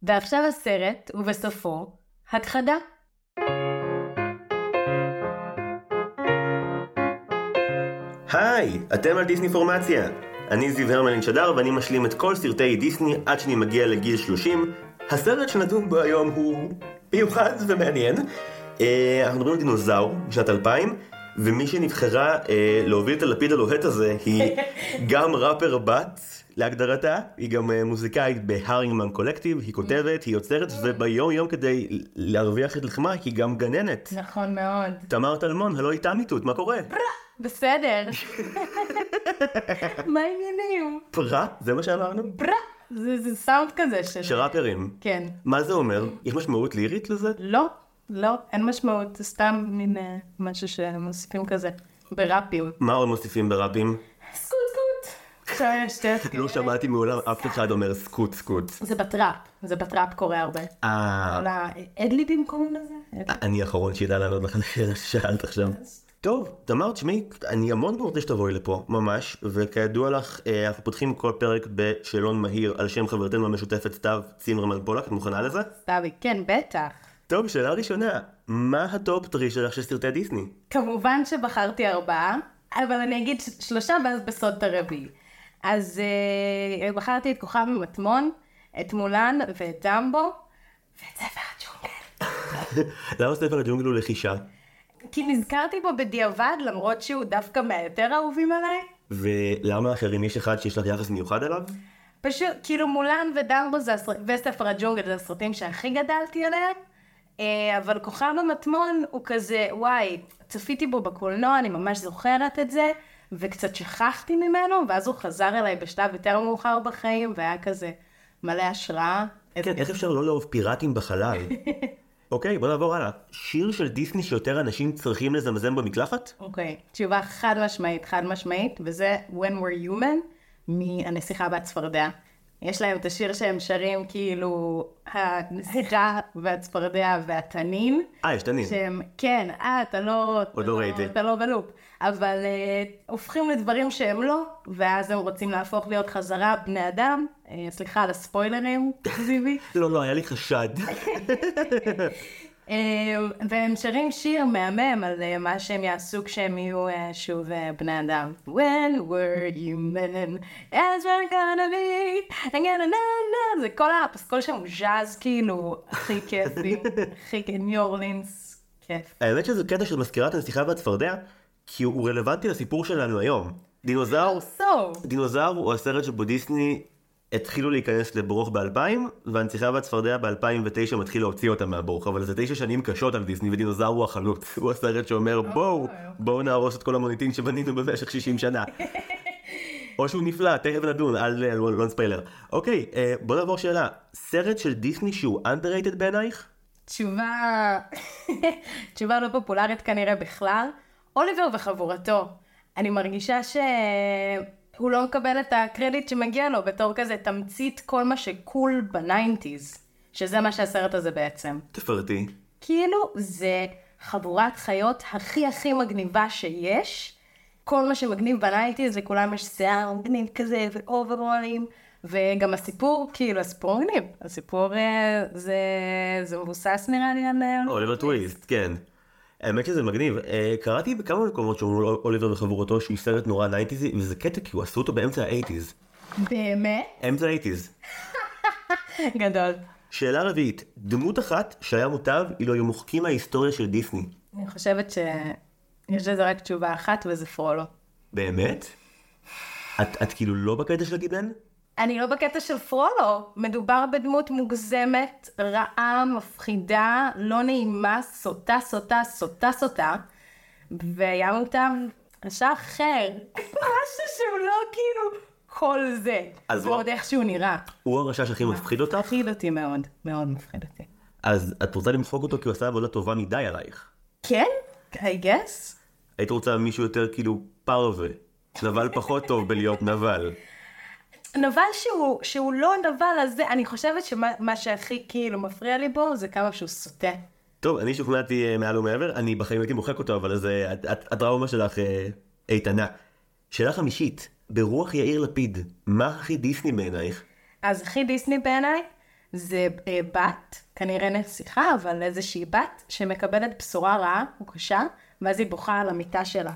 ועכשיו הסרט, ובסופו, הכחדה. היי, אתם על דיסני פורמציה. אני זיו הרמלין שדר ואני משלים את כל סרטי דיסני עד שאני מגיע לגיל 30. הסרט שנדון בו היום הוא מיוחד ומעניין. אנחנו מדברים על דינוזאור בשנת 2000, ומי שנבחרה להוביל את הלפיד הלוהט הזה היא גם ראפר בת להגדרתה, היא גם מוזיקאית בהרינגמן קולקטיב, היא כותבת, היא יוצרת, וביום יום כדי להרוויח את לחמה היא גם גננת. נכון מאוד. תמר תלמון, הלא איתה מיטות, מה קורה? בסדר. מה העניינים? פרה? זה מה שאמרנו? פרה. זה סאונד כזה של... שראפרים. כן. מה זה אומר? יש משמעות לירית לזה? לא, אין משמעות, זה סתם מין משהו שמוסיפים כזה בראפים. מה עוד מוסיפים בראפים? סקוט. עכשיו יש שתי... לא שמעתי מעולם אף אחד אומר סקוט. זה בטראפ קורה הרבה. אדליבים קוראים לזה? אני האחרון שידע לענות לך לשאלה ששאלת עכשיו. טוב, תמר, תשמעי, אני המון רוצה שתבואי לפה, ממש, וכידוע לך, אנחנו פותחים כל פרק בשאלון מהיר על שם חברתנו המשותפת סתיו צימרמן פולק, את מוכנה לזה? סתיוי, כן, בטח. טוב, שאלה ראשונה, מה הטופ 3 שלך של סרטי דיסני? כמובן שבחרתי 4, אבל אני אגיד 3 ואז בסוד את הרביעי. אז בחרתי את כוכב המטמון, את מולן ואת דמבו, ואת ספר הג'ונגל. למה ספר הג'ונגל הוא לחישה? כי נזכרתי בו בדיעבד, למרות שהוא דווקא מהיותר אהובים עליי. ולמה אחרים יש אחד שיש לך יחס מיוחד אליו? פשוט, כאילו מולן ודמבו וספר הג'ונגל זה הסרטים שהכי גדלתי עליהם, אבל כוכב המטמון הוא כזה, וואי, צפיתי בו בקולנוע, אני ממש זוכרת את זה, וקצת שכחתי ממנו, ואז הוא חזר אליי בשלב יותר מאוחר בחיים, והיה כזה מלא השראה. כן, איך אפשר לא לאהוב פיראטים בחלל? אוקיי, בוא נעבור הלאה. שיר של דיסני שיותר אנשים צריכים לזמזם במקלחת? אוקיי, תשובה חד משמעית, וזה When We're Human, מהנסיכה והצפרדע. יש להם את השיר שהם שרים כאילו הנסיכה והצפרדע והתנין. יש תנין. שהם, כן, אתה לא... עוד לא ראיתי. אתה לא בלופ. אבל הופכים לדברים שהם לא, ואז הם רוצים להפוך להיות חזרה בני אדם. סליחה על הספוילרים, זיבי. לא, היה לי חשד. והם שרים שיר מהמם על מה שהם יעשו כשהם יהיו שוב בני אדם. When we're human, as we're gonna be, זה כל הפסקול שם הוא ז'אז כאילו הכי כיפי, הכי ניו אורלינס, כיף. האמת שזה קטע של מזכירת הנסיכה והצפרדע, כי הוא רלוונטי לסיפור שלנו היום. דינוזאור הוא הסרט שבו דיסני התחילו להיכנס לברוך ב-2000, והנסיכה והצפרדע ב-2009 מתחיל להוציא אותם מהברוך, אבל זה 9 שנים קשות על דיסני, ודינוזאור הוא החלוץ. הוא הסרט שאומר, בואו נהרוס את כל המוניטין שבנינו במשך 60 שנה. או שהוא נפלא, תכף נדון, לא נספיילר. אוקיי, בוא נעבור שאלה. סרט של דיסני שהוא underrated בעינייך? תשובה לא פופולרית כנראה בכלל. אוליבר וחבורתו. אני מרגישה שהוא לא מקבל את הקרדיט שמגיע לו בתור כזה תמצית כל מה שקול בניינטיז, שזה מה שהסרט הזה בעצם. תפרטי. כאילו זה חבורת חיות הכי מגניבה שיש. כל מה שמגניב בניינטיז לכולם יש שיער מגניב כזה ואוברולים, וגם הסיפור, כאילו הסיפור מגניב. הסיפור זה מבוסס נראה לי על אוליבר טוויסט, כן. האמת שזה מגניב. קראתי בכמה מקומות שאומרו אוליבר וחבורתו שהוא סרט נורא 90s, וזה קטע כי הוא עשו אותו באמצע ה-80s. באמת? אמצע ה-80s. גדול. שאלה רביעית, דמות אחת שהיה מוטב אילו היו מוחקים מההיסטוריה של דיסני. אני חושבת שיש לזה רק תשובה אחת וזה פרולו. באמת? את כאילו לא בקטע של הגיבן? אני לא בקטע של פרולו, מדובר בדמות מוגזמת, רעה, מפחידה, לא נעימה, סוטה, והיה מוטב רשע אחר, משהו שהוא לא כאילו כל זה, ועוד איך שהוא נראה. הוא הרשע שהכי מפחיד אותך? מפחיד אותי מאוד, מאוד מפחיד אותי. אז את רוצה למחוק אותו כי הוא עשה עבודה טובה מדי עלייך? כן, I guess. היית רוצה מישהו יותר כאילו פרווה, נבל פחות טוב בלהיות נבל. נבל שהוא לא נבל הזה, אני חושבת שמה שהכי כאילו מפריע לי בו זה כמה שהוא סוטה. טוב, אני שוכנעתי מעל ומעבר, אני בחיים הייתי מוחק אותו, אבל הטראומה שלך איתנה. שאלה חמישית, ברוח יאיר לפיד, מה הכי דיסני בעינייך? אז הכי דיסני בעיניי זה בת, כנראה נסיכה, אבל איזושהי בת שמקבלת בשורה רעה וקשה, ואז היא בוכה על המיטה שלה.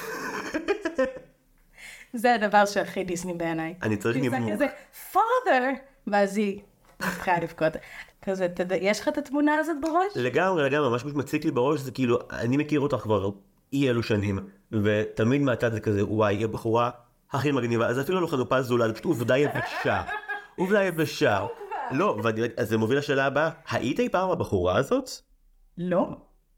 זה הדבר שהכי דיסני בעיניי. אני צריך נימוק. היא כזה, father! ואז היא התחילה לבכות. כזה, יש לך את התמונה הזאת בראש? לגמרי, ממש מציק לי בראש, זה כאילו, אני מכיר אותך כבר אי אלו שנים, ותמיד מהצד זה כזה, וואי, היא הבחורה הכי מגניבה, אז אפילו לא חנופה זולה, זה פשוט עובדה יבשה. עובדה יבשה. לא, אז זה מוביל לשאלה הבאה, היית אי פעם הבחורה הזאת? לא.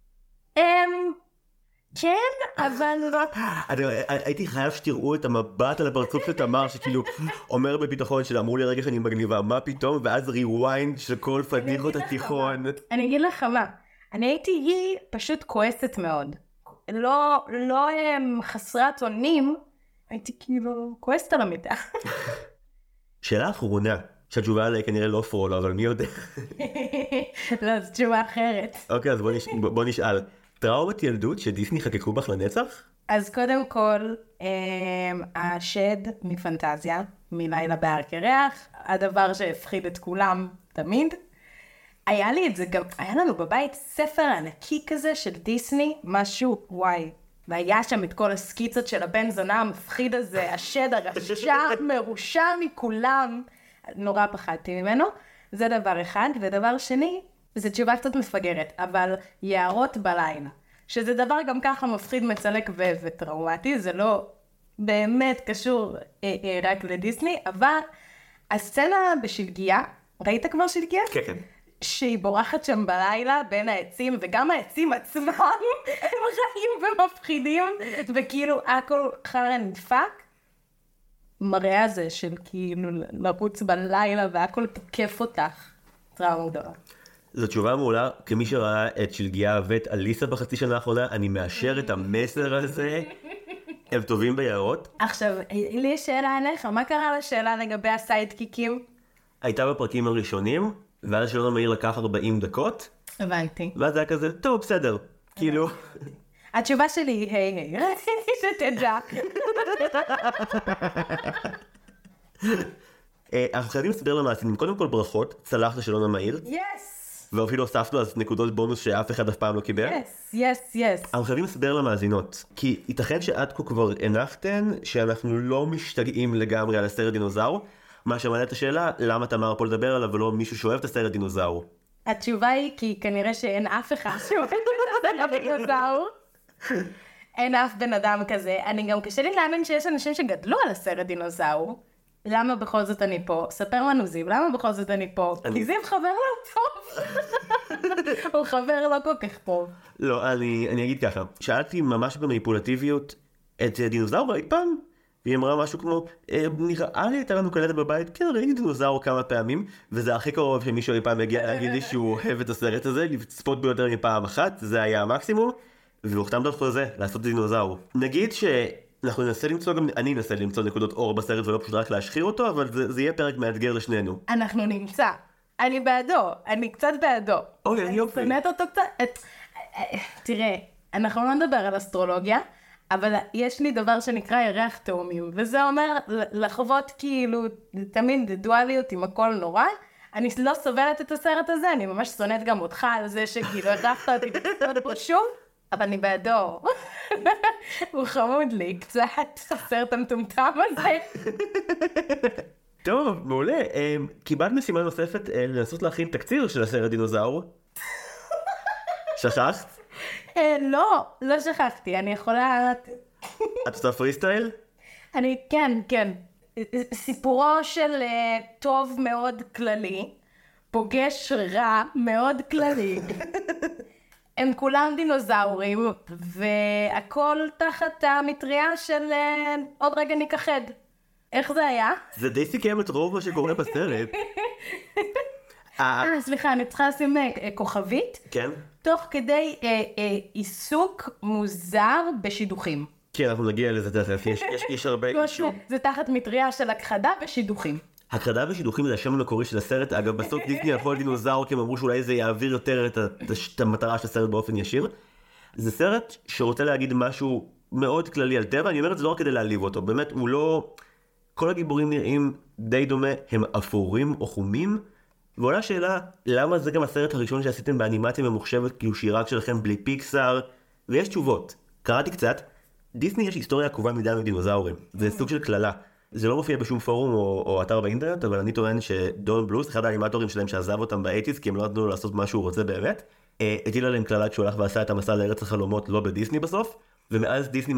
כן, אבל לא. הייתי חייב שתראו את המבט על הפרצוף של תמר, שכאילו אומר בביטחון שלה, אמרו לי רגע שאני מגניבה, מה פתאום? ואז ריוויינד של כל פדיחות התיכון. אני אגיד לך מה, אני הייתי פשוט כועסת מאוד. לא חסרת אונים, הייתי כאילו כועסת על המיטה. שאלה אחרונה, שהתשובה עליה כנראה לא פרולו, אבל מי יודע? לא, זו תשובה אחרת. אוקיי, אז בוא נשאל. טראומת ילדות שדיסני חקקו בך לנצח? אז קודם כל, השד מפנטזיה, מלילה בהר קרח, הדבר שהפחיד את כולם תמיד. היה לי את זה גם, היה לנו בבית ספר ענקי כזה של דיסני, משהו, וואי. והיה שם את כל הסקיצות של הבן זונה המפחיד הזה, השד הרשע, מרושע מכולם. נורא פחדתי ממנו. זה דבר אחד. ודבר שני, זו תשובה קצת מפגרת, אבל יערות בלילה. שזה דבר גם ככה מפחיד, מצלק וטראומטי, זה לא באמת קשור רק לדיסני, אבל הסצנה בשלגיה, ראית כבר שלגיה? כן, כן. שהיא בורחת שם בלילה בין העצים, וגם העצים עצמם הם רעים ומפחידים, וכאילו הכל חרא נדפק. מראה הזה של כאילו לרוץ בלילה והכל תוקף אותך. טראומה גדולה. זו תשובה מעולה, כמי שראה את שלגיה ואת אליסה בחצי שנה האחרונה, אני מאשר את המסר הזה. הם טובים ביערות. עכשיו, לי יש שאלה אליך, מה קרה לשאלה לגבי הסיידקיקים? הייתה בפרקים הראשונים, ואז השאלון המהיר לקח 40 דקות. הבנתי. ואז היה כזה, טוב, בסדר. כאילו... התשובה שלי היא, היי, רציתי שתדע. אנחנו חייבים לסדר למאזינים, קודם כל ברכות, צלח לשאלון המהיר. יס! ואפילו הוספנו אז נקודות בונוס שאף אחד אף פעם לא קיבל. יס. אנחנו חייבים לסדר למאזינות, כי ייתכן שעד כה כבר הנחתן שאנחנו לא משתגעים לגמרי על הסרט דינוזאור, מה שמעלה את השאלה, למה תמר פה לדבר עליו ולא מישהו שאוהב את הסרט דינוזאור? התשובה היא כי כנראה שאין אף אחד שאוהב את הסרט דינוזאור. אין אף בן אדם כזה. אני גם קשה לי להאמין שיש אנשים שגדלו על הסרט דינוזאור. למה בכל זאת אני פה? ספר לנו זיו, למה בכל זאת אני פה? כי זיו חבר לא טוב. הוא חבר לא כל כך טוב. לא, אני אגיד ככה. שאלתי ממש במניפולטיביות את דינוזאור אי פעם, והיא אמרה משהו כמו, נראה לי הייתה לנו קלטת בבית, כן, ראיתי דינוזאור כמה פעמים, וזה הכי קרוב שמישהו אי פעם יגיע להגיד לי שהוא אוהב את הסרט הזה, לצפות ביותר מפעם אחת, זה היה המקסימום, והוחתם דווקא לזה, לעשות דינוזאור. נגיד שאנחנו ננסה למצוא, גם אני אנסה למצוא נקודות אור בסרט ולא פשוט רק להשחיר אותו, אבל זה יהיה פרק מאתגר לשנינו. אנחנו נמצא. אני בעדו, אני קצת בעדו. אוקיי, יופי. אני שונאת אותו קצת. תראה, אנחנו לא נדבר על אסטרולוגיה, אבל יש לי דבר שנקרא ירח תאומים, וזה אומר לחוות כאילו תמיד דואליות עם הכל נורא. אני לא סובלת את הסרט הזה, אני ממש שונאת גם אותך על זה שכאילו הרחת אותי בסרט פה שוב, אבל אני בעדו. הוא חמוד לי, קצת הסרט המטומטם הזה. טוב, מעולה. קיבלת משימה נוספת לנסות להכין תקציר של הסרט דינוזאור. שכחת? לא שכחתי, אני יכולה... את עושה פרי סטייל? כן. סיפורו של טוב מאוד כללי, פוגש רע מאוד כללי. הם כולם דינוזאורים, והכל תחת המטריה של עוד רגע נכחד. איך זה היה? זה די סיכם את רוב מה שקורה בסרט. סליחה, אני צריכה לשים כוכבית. כן. תוך כדי עיסוק מוזר בשידוכים. כן, אנחנו נגיע לזה, יש הרבה אישור. זה תחת מטריה של הכחדה ושידוכים. הכחדה ושידוכים זה השם המקורי של הסרט. אגב, בסוף דיסני הפכו לדינוזאור, כי הם אמרו שאולי זה יעביר יותר את המטרה של הסרט באופן ישיר. זה סרט שרוצה להגיד משהו מאוד כללי על טבע, אני אומר את זה לא רק כדי להעליב אותו, באמת הוא לא... כל הגיבורים נראים די דומה, הם אפורים או חומים, ועולה שאלה, למה זה גם הסרט הראשון שעשיתם באנימציה ממוחשבת, כאילו שהיא רק שלכם בלי פיקסאר? ויש תשובות. קראתי קצת, דיסני יש היסטוריה עקובה מדי עם דינוזאורים. זה סוג של כללה. זה לא מופיע בשום פורום או אתר באינטרנט, אבל אני טוען שדון בלוס, אחד האנימטורים שלהם שעזב אותם ב-80s, כי הם לא נתנו לו לעשות מה שהוא רוצה באמת, הטיל עליהם כללה כשהוא הלך ועשה את המסע לארץ החלומות לא בדיסני בסוף, ומאז דיסני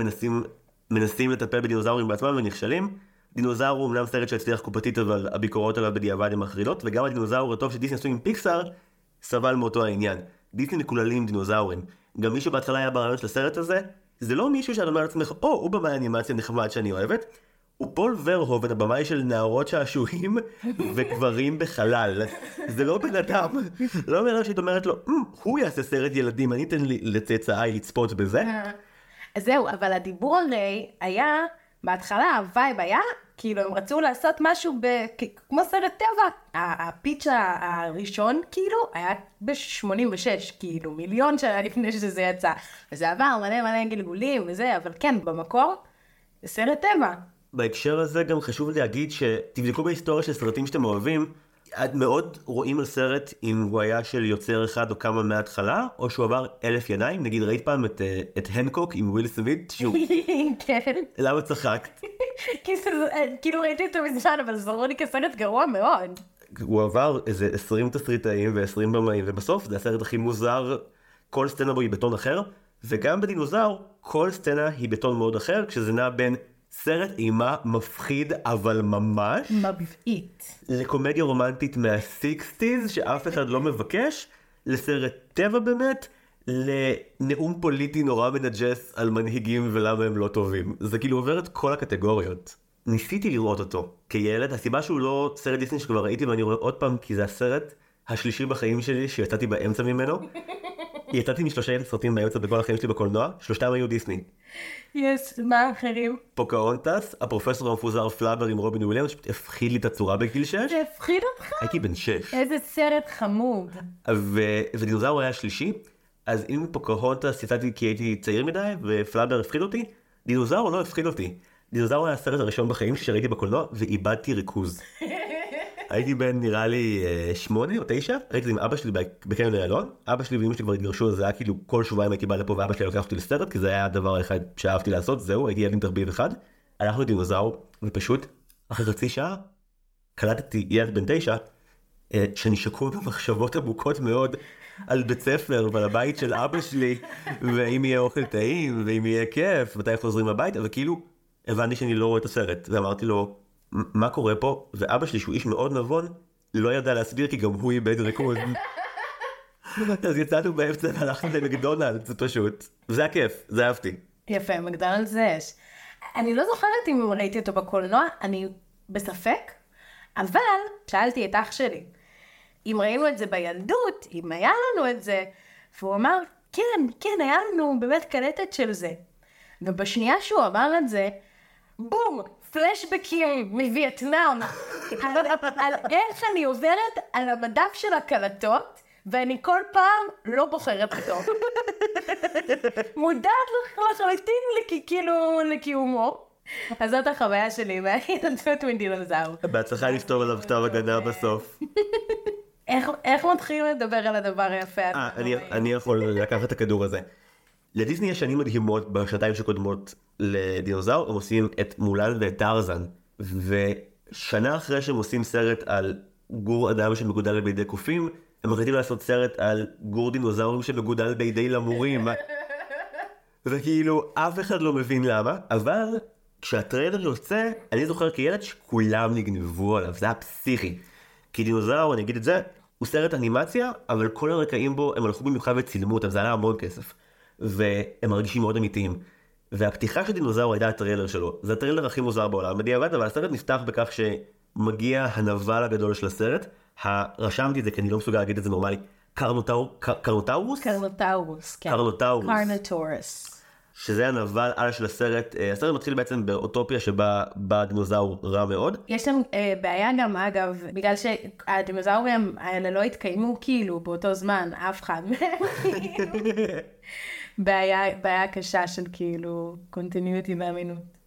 מנסים לטפל בדינוזאורים בעצמם ונכשלים. דינוזאור הוא אמנם סרט שהצליח קופתית, אבל הביקורות עליו בדיעבד הן מחרידות, וגם הדינוזאור הטוב שדיסני עשו עם פיקסאר סבל מאותו העניין. דיסני מקוללים דינוזאורים. גם מי שבהתחלה היה ברעיון של הסרט הזה, זה לא מישהו שאת אומר לעצמך, הוא במאי אנימציה נחמד שאני אוהבת, הוא פול ורהובן, הבמאי של נערות שעשועים וגברים בחלל. זה לא בן אדם. לא אומר שהיא אומרת לו, הוא יעשה סרט ילדים, אני אתן לצאצאי לצפות בזה. אז זהו, אבל הדיבור הרי היה, בהתחלה הווייב היה, כאילו הם רצו לעשות משהו כמו סרט טבע. הפיץ' הראשון כאילו היה ב-86, כאילו מיליון שנה לפני שזה יצא. וזה עבר מלא גלגולים וזה, אבל כן, במקור זה סרט טבע. בהקשר הזה גם חשוב להגיד שתבדקו בהיסטוריה של סרטים שאתם אוהבים, מאוד רואים על סרט אם הוא היה של יוצר אחד או כמה מההתחלה, או שהוא עבר 1000 ידיים. נגיד ראית פעם את הנקוק עם וויל סמית? כן. למה צחקת? כאילו ראיתי אותו מזמן, אבל זכור לי כסרט גרוע מאוד. הוא עבר איזה 20 תסריטאים ו20 במאים, ובסוף זה הסרט הכי מוזר, כל סצנה בו היא בטון אחר, וגם בדינוזאור כל סצנה היא בטון מאוד אחר, כשזה נע בין סרט אימה מפחיד אבל ממש מבעית לקומדיה רומנטית מה-60s שאף אחד לא מבקש, לסרט טבע באמת, לנאום פוליטי נורא מנג'ס על מנהיגים ולמה הם לא טובים. זה כאילו עובר את כל הקטגוריות. ניסיתי לראות אותו כילד, הסיבה שהוא לא סרט דיסני שכבר ראיתי ואני רואה עוד פעם, כי זה הסרט השלישי בחיים שלי שיצאתי באמצע ממנו. יצאתי משלושה סרטים באמצע בכל החיים שלי בקולנוע, שלושתם היו דיסני. מה אחרים? פוקהונטס, הפרופסור המפוזר פלאבר עם רובין וויליאמס, שפשוט הפחיד לי את הצורה בגיל 6. זה הפחיד אותך? הייתי בן 6. איזה סרט חמוד. ודינוזאור היה שלישי, אז אם פוקהונטס יצאתי כי הייתי צעיר מדי, ופלאבר הפחיד אותי, דינוזאור לא הפחיד אותי. דינוזאור היה הסרט הראשון בחיים שראיתי בקולנוע, ואיבדתי ריכוז. הייתי בן נראה לי 8 או 9, ראיתי את זה עם אבא שלי בקניון איילון. אבא שלי ואמא שלי כבר התגרשו, אז זה היה כאילו כל שבועיים הייתי בא לפה ואבא שלי לוקח אותי לסרט, כי זה היה הדבר האחד שאהבתי לעשות, זהו, הייתי ילד עם תרביב אחד. הלכנו לדינוזאור, ופשוט אחרי חצי שעה קלטתי ילד בן 9 שאני שקוע במחשבות עמוקות מאוד על בית ספר ועל הבית של אבא שלי, ואם יהיה אוכל טעים ואם יהיה כיף מתי חוזרים הביתה, וכאילו הבנתי שאני לא רואה את הסרט, ואמרתי לו מה קורה פה? ואבא שלי שהוא איש מאוד נבון לא ידע להסביר, כי גם הוא איבד ריכוז. אז יצאנו באמצע והלכנו למקדונלדס פשוט, וזה היה כיף, זה אהבתי. יפה, מקדונלדס זה יש. אני לא זוכרת אם ראיתי אותו בקולנוע, אני בספק, אבל שאלתי את אח שלי אם ראינו את זה בילדות, אם היה לנו את זה, והוא אמר כן, היה לנו באמת קלטת של זה. ובשנייה שהוא אמר את זה, בום, פלשבקים מווייטנאם, על איך אני עוברת על המדף של הקלטות, ואני כל פעם לא בוחרת אותו. מודעת לחלוטין לקיומו. אז זאת החוויה שלי, מההתנדפות מדינוזאור. בהצלחה לכתוב עליו כתב הגנה בסוף. איך מתחילים לדבר על הדבר היפה? אני יכול לקחת את הכדור הזה. לדיסני יש שנים מדהימות בשנתיים שקודמות לדינוזאור, הם עושים את מולן ואת טרזן, ושנה אחרי שהם עושים סרט על גור אדם שמגודל בידי קופים, הם מחליטים לעשות סרט על גור דינוזאורים שמגודל בידי למורים. וכאילו אף אחד לא מבין למה, אבל כשהטריילר יוצא, אני זוכר כילד שכולם נגנבו עליו, זה היה פסיכי. כי דינוזאור, אני אגיד את זה, הוא סרט אנימציה, אבל כל הרקעים בו הם הלכו במיוחד וצילמו אותם, זה עלה המון כסף. והם מרגישים מאוד אמיתיים. והפתיחה של דינוזאור הייתה הטריילר שלו. זה הטריילר הכי מוזר בעולם בדיעבד, אבל הסרט נפתח בכך שמגיע הנבל הגדול של הסרט. רשמתי את זה כי אני לא מסוגל להגיד את זה נורמלי. קרנוטאורוס? קרנוטאורוס, כן. קרנוטאורוס. שזה הנבל על של הסרט. הסרט מתחיל בעצם באוטופיה שבה דינוזאור רע מאוד. יש לנו בעיה גם, אגב, בגלל שהדינוזאורים האלה לא התקיימו כאילו באותו זמן, אף אחד. בעיה קשה של כאילו קונטיניוטי ואמינות.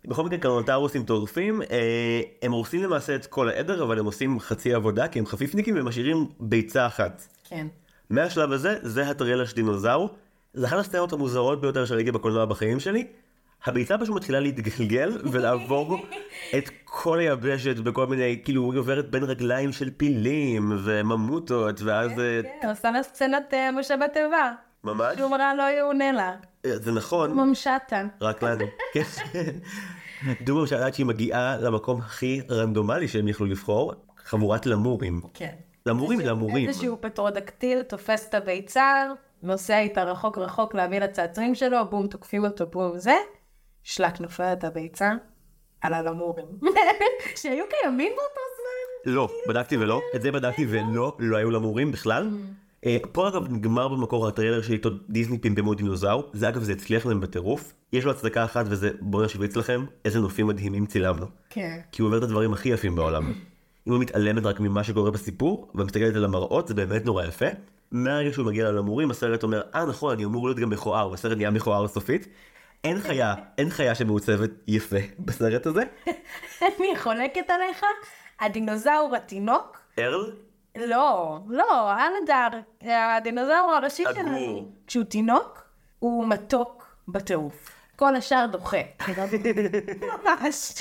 בכל מקרה קרנוטאורוסים טורפים, הם הורסים למעשה את כל העדר, אבל הם עושים חצי עבודה, כי הם חפיפניקים ומשאירים ביצה אחת. כן. מהשלב הזה, זה הטריילר של דינוזאור. זה אחת הסצנות המוזרות ביותר שראיתי בקולנוע בחיים שלי. הביצה פשוט מתחילה להתגלגל ולעבור את כל היבשת בכל מיני, כאילו היא עוברת בין רגליים של פילים וממוטות, ואז... כן, עושה לה סצנת משאבי טבע. ממש? שום רע לא יאונה לה. זה נכון. ממשטן. רק לנו. כן. דומה שעד שהיא מגיעה למקום הכי רנדומלי שהם יכלו לבחור, חבורת למורים. כן. למורים. איזשהו פטרודקטיל תופס את הביצה, נוסע איתה רחוק רחוק להביא לצעצועים שלו, בום, תוקפים אותו, בום, זה. שלק נופל את הביצה על הלמורים. שהיו קיימים באותו זמן? לא, בדקתי ולא. את זה בדקתי ולא, לא היו למורים בכלל. פה אגב נגמר במקור הטריילר שאיתו דיסני פמפמו דינוזאור. זה אגב, זה הצליח להם בטירוף. יש לו הצדקה אחת וזה, בואו נשוויץ לכם, איזה נופים מדהימים צילמנו. כן. כי הוא עובר את הדברים הכי יפים בעולם. אם הוא מתעלמת רק ממה שקורה בסיפור, ומסתכלת על המראות, זה באמת נורא יפה. מהרגע שהוא מגיע למורים, הסרט אומר, נכון, אני אמור להיות גם מכוער, והסרט נהיה מכוער סופית. אין חיה שמעוצבת יפה בסרט הזה. אני חולקת עליך, הדינוזאור התינוק, ארל? לא, אלדר, הדינוזאור הראשי שלנו. כשהוא תינוק, הוא מתוק בטירוף. כל השאר דוחה. ממש.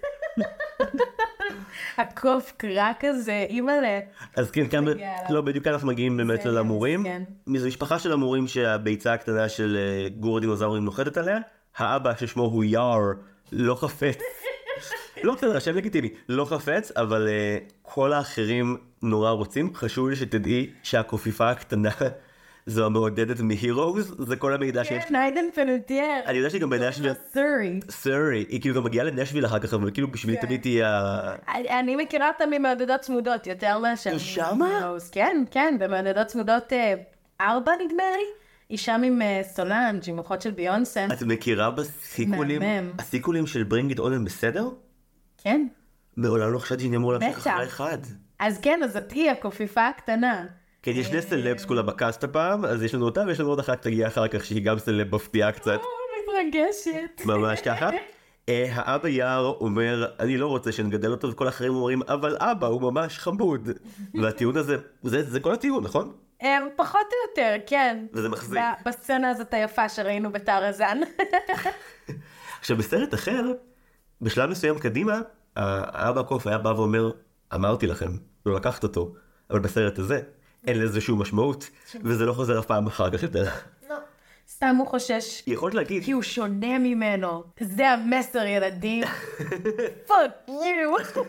הקוף קרא כזה, אימא'לה. אז כן, כאן, לא, בדיוק כאן אנחנו מגיעים באמת למורים. זו משפחה של המורים שהביצה הקטנה של גור הדינוזאורים נוחתת עליה. האבא ששמו הוא יאר, לא חפץ. לא בסדר, השם לגיטימי, לא חפץ, אבל כל האחרים נורא רוצים. חשוב לי שתדעי שהקופיפה הקטנה זו המעודדת מהירוז, זה כל המידע שיש. כן, ניידן פלוטייר. אני יודע שהיא גם בנשוויל. סורי. היא כאילו גם מגיעה לנשוויל אחר כך, אבל כאילו בשבילי תמיד תהיה... אני מכירה אותה ממעודדות צמודות, יותר מאשר... היא שמה? כן, במעודדות צמודות 4 נדמה לי. היא שם עם סולנג' עם אחות של ביונסה. את מכירה בסיקולים? הסיקולים של ברינג איט און הם בסדר? כן. מעולם לא חשבתי שאני אמור להמשיך אחרי אחד. אז כן, אז את היא הקופיפה הקטנה. כן, יש שני סלבס כולה בקאסט הפעם, אז יש לנו אותה ויש לנו עוד אחת תגיע אחר כך שהיא גם סלב מפתיעה קצת. מתרגשת. ממש ככה. האבא יער אומר, אני לא רוצה שנגדל אותו, וכל האחרים אומרים, אבל אבא הוא ממש חמוד. והטיעון הזה, זה כל הטיעון, נכון? פחות או יותר, כן. וזה מחזיק. בסצנה הזאת היפה שראינו בטרזן. עכשיו, בסרט אחר, בשלב מסוים קדימה, האבא הקוף היה בא ואומר, אמרתי לכם, לא לקחת אותו, אבל בסרט הזה, אין לזה שום משמעות, וזה לא חוזר אף פעם אחר כך יותר. לא. סתם הוא חושש. יכולת להגיד. כי הוא שונה ממנו. זה המסר, ילדים. Fuck you.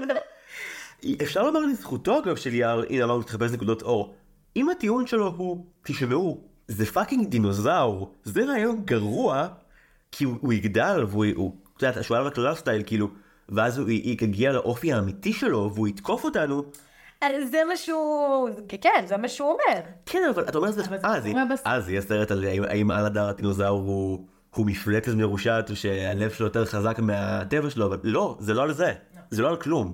אפשר לומר לזכותו אגב של יער, הנה אמרנו שתחפש נקודות אור. אם הטיעון שלו הוא, תשמעו, זה פאקינג דינוזאור, זה רעיון גרוע, כי הוא יגדל, והוא, אתה יודע, השואל על הכלל סטייל, כאילו, ואז הוא יגיע לאופי האמיתי שלו, והוא יתקוף אותנו. זה מה שהוא, כן, זה מה שהוא אומר. כן, אבל אתה אומר, אז יהיה סרט על האם אלדר הדינוזאור הוא מפלצת מרושעת, שהלב שלו יותר חזק מהטבע שלו, אבל לא, זה לא על זה, זה לא על כלום.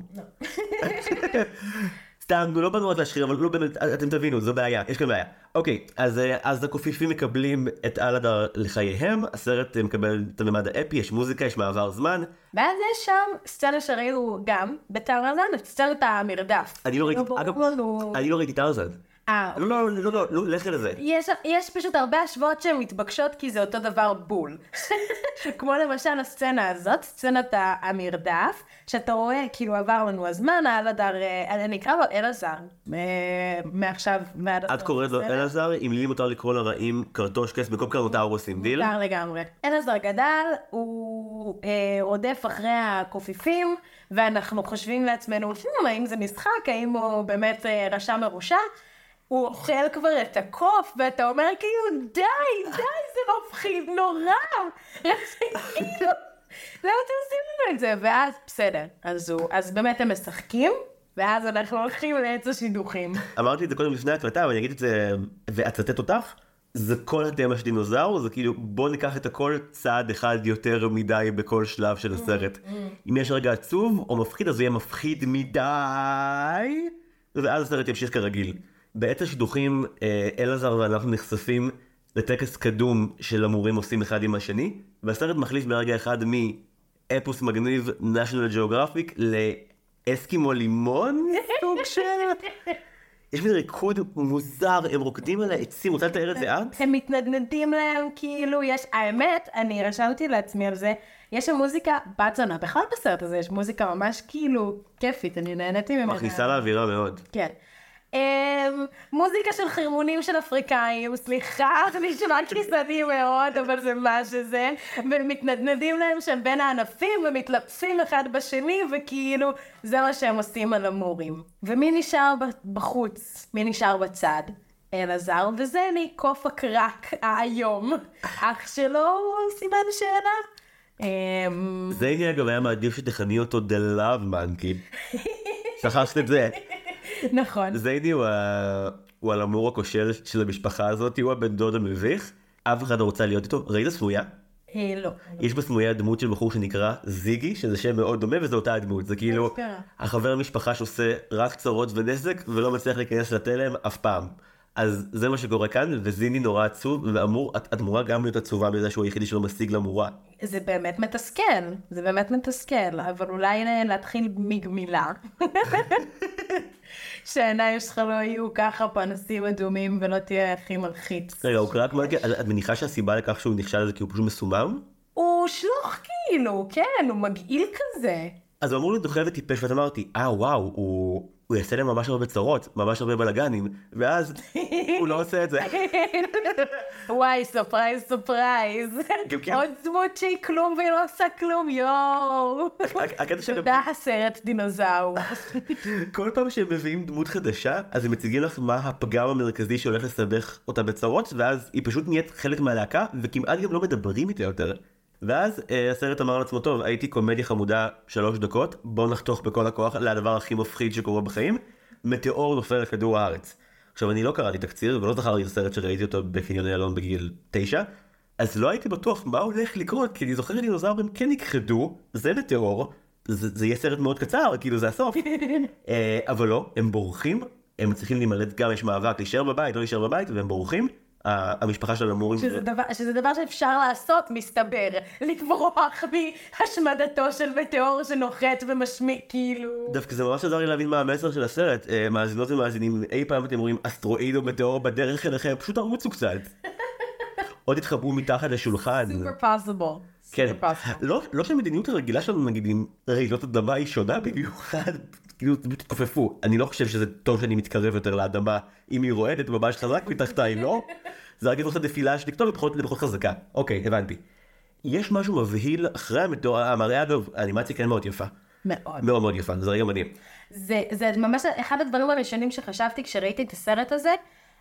סתם, לא באנו עוד להשחיר, אבל לא באמת, אתם תבינו, זו בעיה, יש כאן בעיה. אוקיי, אז הקופיפים מקבלים את אלדר לחייהם, הסרט מקבל את הממד האפי, יש מוזיקה, יש מעבר זמן. ואז יש שם סצנה שראינו גם בטרזן, סצנת המרדף. אני לא ראיתי טרזן. לא, לך לזה. יש פשוט הרבה השוואות שהן מתבקשות כי זה אותו דבר בול. כמו למשל הסצנה הזאת, סצנת המרדף, שאתה רואה כאילו עבר לנו הזמן, אני אקרא לו אלעזר, מעכשיו ועד... את קוראת לו אלעזר, אם לי מותר לקרוא לרעים קרטושקס במקום קרנוטאורוסים, דיל? מותר לגמרי. אלעזר גדל, הוא רודף אחרי הקופיפים, ואנחנו חושבים לעצמנו, האם זה משחק, האם הוא באמת רשע מרושע? הוא אוכל כבר את הקוף, ואתה אומר כאילו, די, זה מפחיד נורא. למה אתם עושים לנו את זה? ואז, בסדר. אז באמת הם משחקים, ואז אנחנו הולכים לעץ השידוכים. אמרתי את זה קודם לפני הקלטה, ואני אגיד את זה, ואצטט אותך, זה כל התמה של דינוזאור, זה כאילו, בוא ניקח את הכל צעד אחד יותר מדי בכל שלב של הסרט. אם יש רגע עצוב או מפחיד, אז זה יהיה מפחיד מדי, ואז הסרט ימשיך כרגיל. בעת השידוכים, אלעזר ואנחנו נחשפים לטקס קדום של המורים עושים אחד עם השני, והסרט מחליף ברגע אחד אפוס מגניב national geographic לאסקימו לימון סוג של... יש מזה ריקוד מוזר, הם רוקדים על העצים, רוצה לתאר את זה את? הם מתנדנדים להם, כאילו יש, האמת, אני רשמתי לעצמי על זה, יש שם מוזיקה בת זונה, בכלל בסרט הזה יש מוזיקה ממש כאילו כיפית, אני נהניתי ממנה. מכניסה לאווירה מאוד. כן. מוזיקה של חרמונים של אפריקאים, סליחה, זה נשמע כניסתי מאוד, אבל זה מה שזה, ומתנדנדים להם שם בין הענפים, ומתלפסים אחד בשני, וכאילו, זה מה שהם עושים על המורים. ומי נשאר בחוץ? מי נשאר בצד? אלעזר וזני, קוף הקרק היום. אח שלו, סימן שאלה. זני אגב היה מעדיף שתכני אותו The Love Monkey. שכחת את זה. נכון. זיידי הוא הלמור הכושל של המשפחה הזאת, הוא הבן דוד המביך, אף אחד לא רוצה להיות איתו. ראית סמויה? לא. יש בסמויה דמות של בחור שנקרא זיגי, שזה שם מאוד דומה וזו אותה הדמות, זה כאילו החבר המשפחה שעושה רק צרות ונזק ולא מצליח להיכנס לתלם אף פעם. אז זה מה שקורה כאן, וזיני נורא עצוב, ואת אמורה גם להיות עצובה מזה שהוא היחידי שלא משיג למורה. זה באמת מתסכל, זה באמת מתסכל, אבל אולי להתחיל מגמילה. שהעיניים שלך לא יהיו ככה פנסים אדומים ולא תהיה הכי מלחיץ. רגע, הוא קרק מלכה, את מניחה שהסיבה לכך שהוא נכשל לזה כי הוא פשוט מסומם? הוא שלוח כאילו, כן, הוא מגעיל כזה. אז הוא אמור להיות דוחה וטיפש, ואת אמרתי, וואו, הוא יעשה להם ממש הרבה צרות, ממש הרבה בלגנים, ואז הוא לא עושה את זה. וואי, סופרייז, סופרייז. עוד דמות שהיא כלום והיא לא עושה כלום, יואו. תודה הסרט דינוזאור. כל פעם שהם מביאים דמות חדשה, אז הם מציגים לך מה הפגם המרכזי שהולך לסבך אותה בצרות, ואז היא פשוט נהיית חלק מהלהקה, וכמעט גם לא מדברים איתה יותר. ואז הסרט אמר לעצמו, טוב, הייתי קומדיה חמודה 3 דקות, בוא נחתוך בכל הכוח לדבר הכי מפחיד שקורה בחיים, מטאור נופל על כדור הארץ. עכשיו, אני לא קראתי תקציר, ולא זכרתי את הסרט שראיתי אותו בקניוני אלון בגיל 9, אז לא הייתי בטוח מה הולך לקרות, כי אני זוכר שדינוזאורים כן נכחדו, זה מטאור, זה יהיה סרט מאוד קצר, כאילו זה הסוף. אבל לא, הם בורחים, הם צריכים להימלט גם, יש מאבק, להישאר בבית, לא להישאר בבית, והם בורחים. המשפחה של המורים... שזה דבר שאפשר לעשות, מסתבר, לברוח מהשמדתו של מטאור שנוחת ומשמיע, כאילו... דווקא זה ממש עזר לי להבין מה המסר של הסרט. מאזינות ומאזינים, אי פעם אתם רואים אסטרואיד או מטאור בדרך אליכם, פשוט ערוצו קצת. עוד התחברו מתחת לשולחן. Super possible. כן, לא שהמדיניות הרגילה שלנו, נגיד, עם רעידות אדמה היא שונה במיוחד, כאילו, תתכופפו. אני לא חושב שזה טוב שאני מתקרב יותר לאדמה, אם היא רועדת ממש חזק מתחתיי, לא? זה רק את הנפילה שתכתוב לפחות חזקה. אוקיי, הבנתי. יש משהו מבהיל אחרי המראה, אגב, האנימציה כן מאוד יפה. מאוד. מאוד מאוד יפה, זה רגע מדהים. זה ממש אחד הדברים הראשונים שחשבתי כשראיתי את הסרט הזה,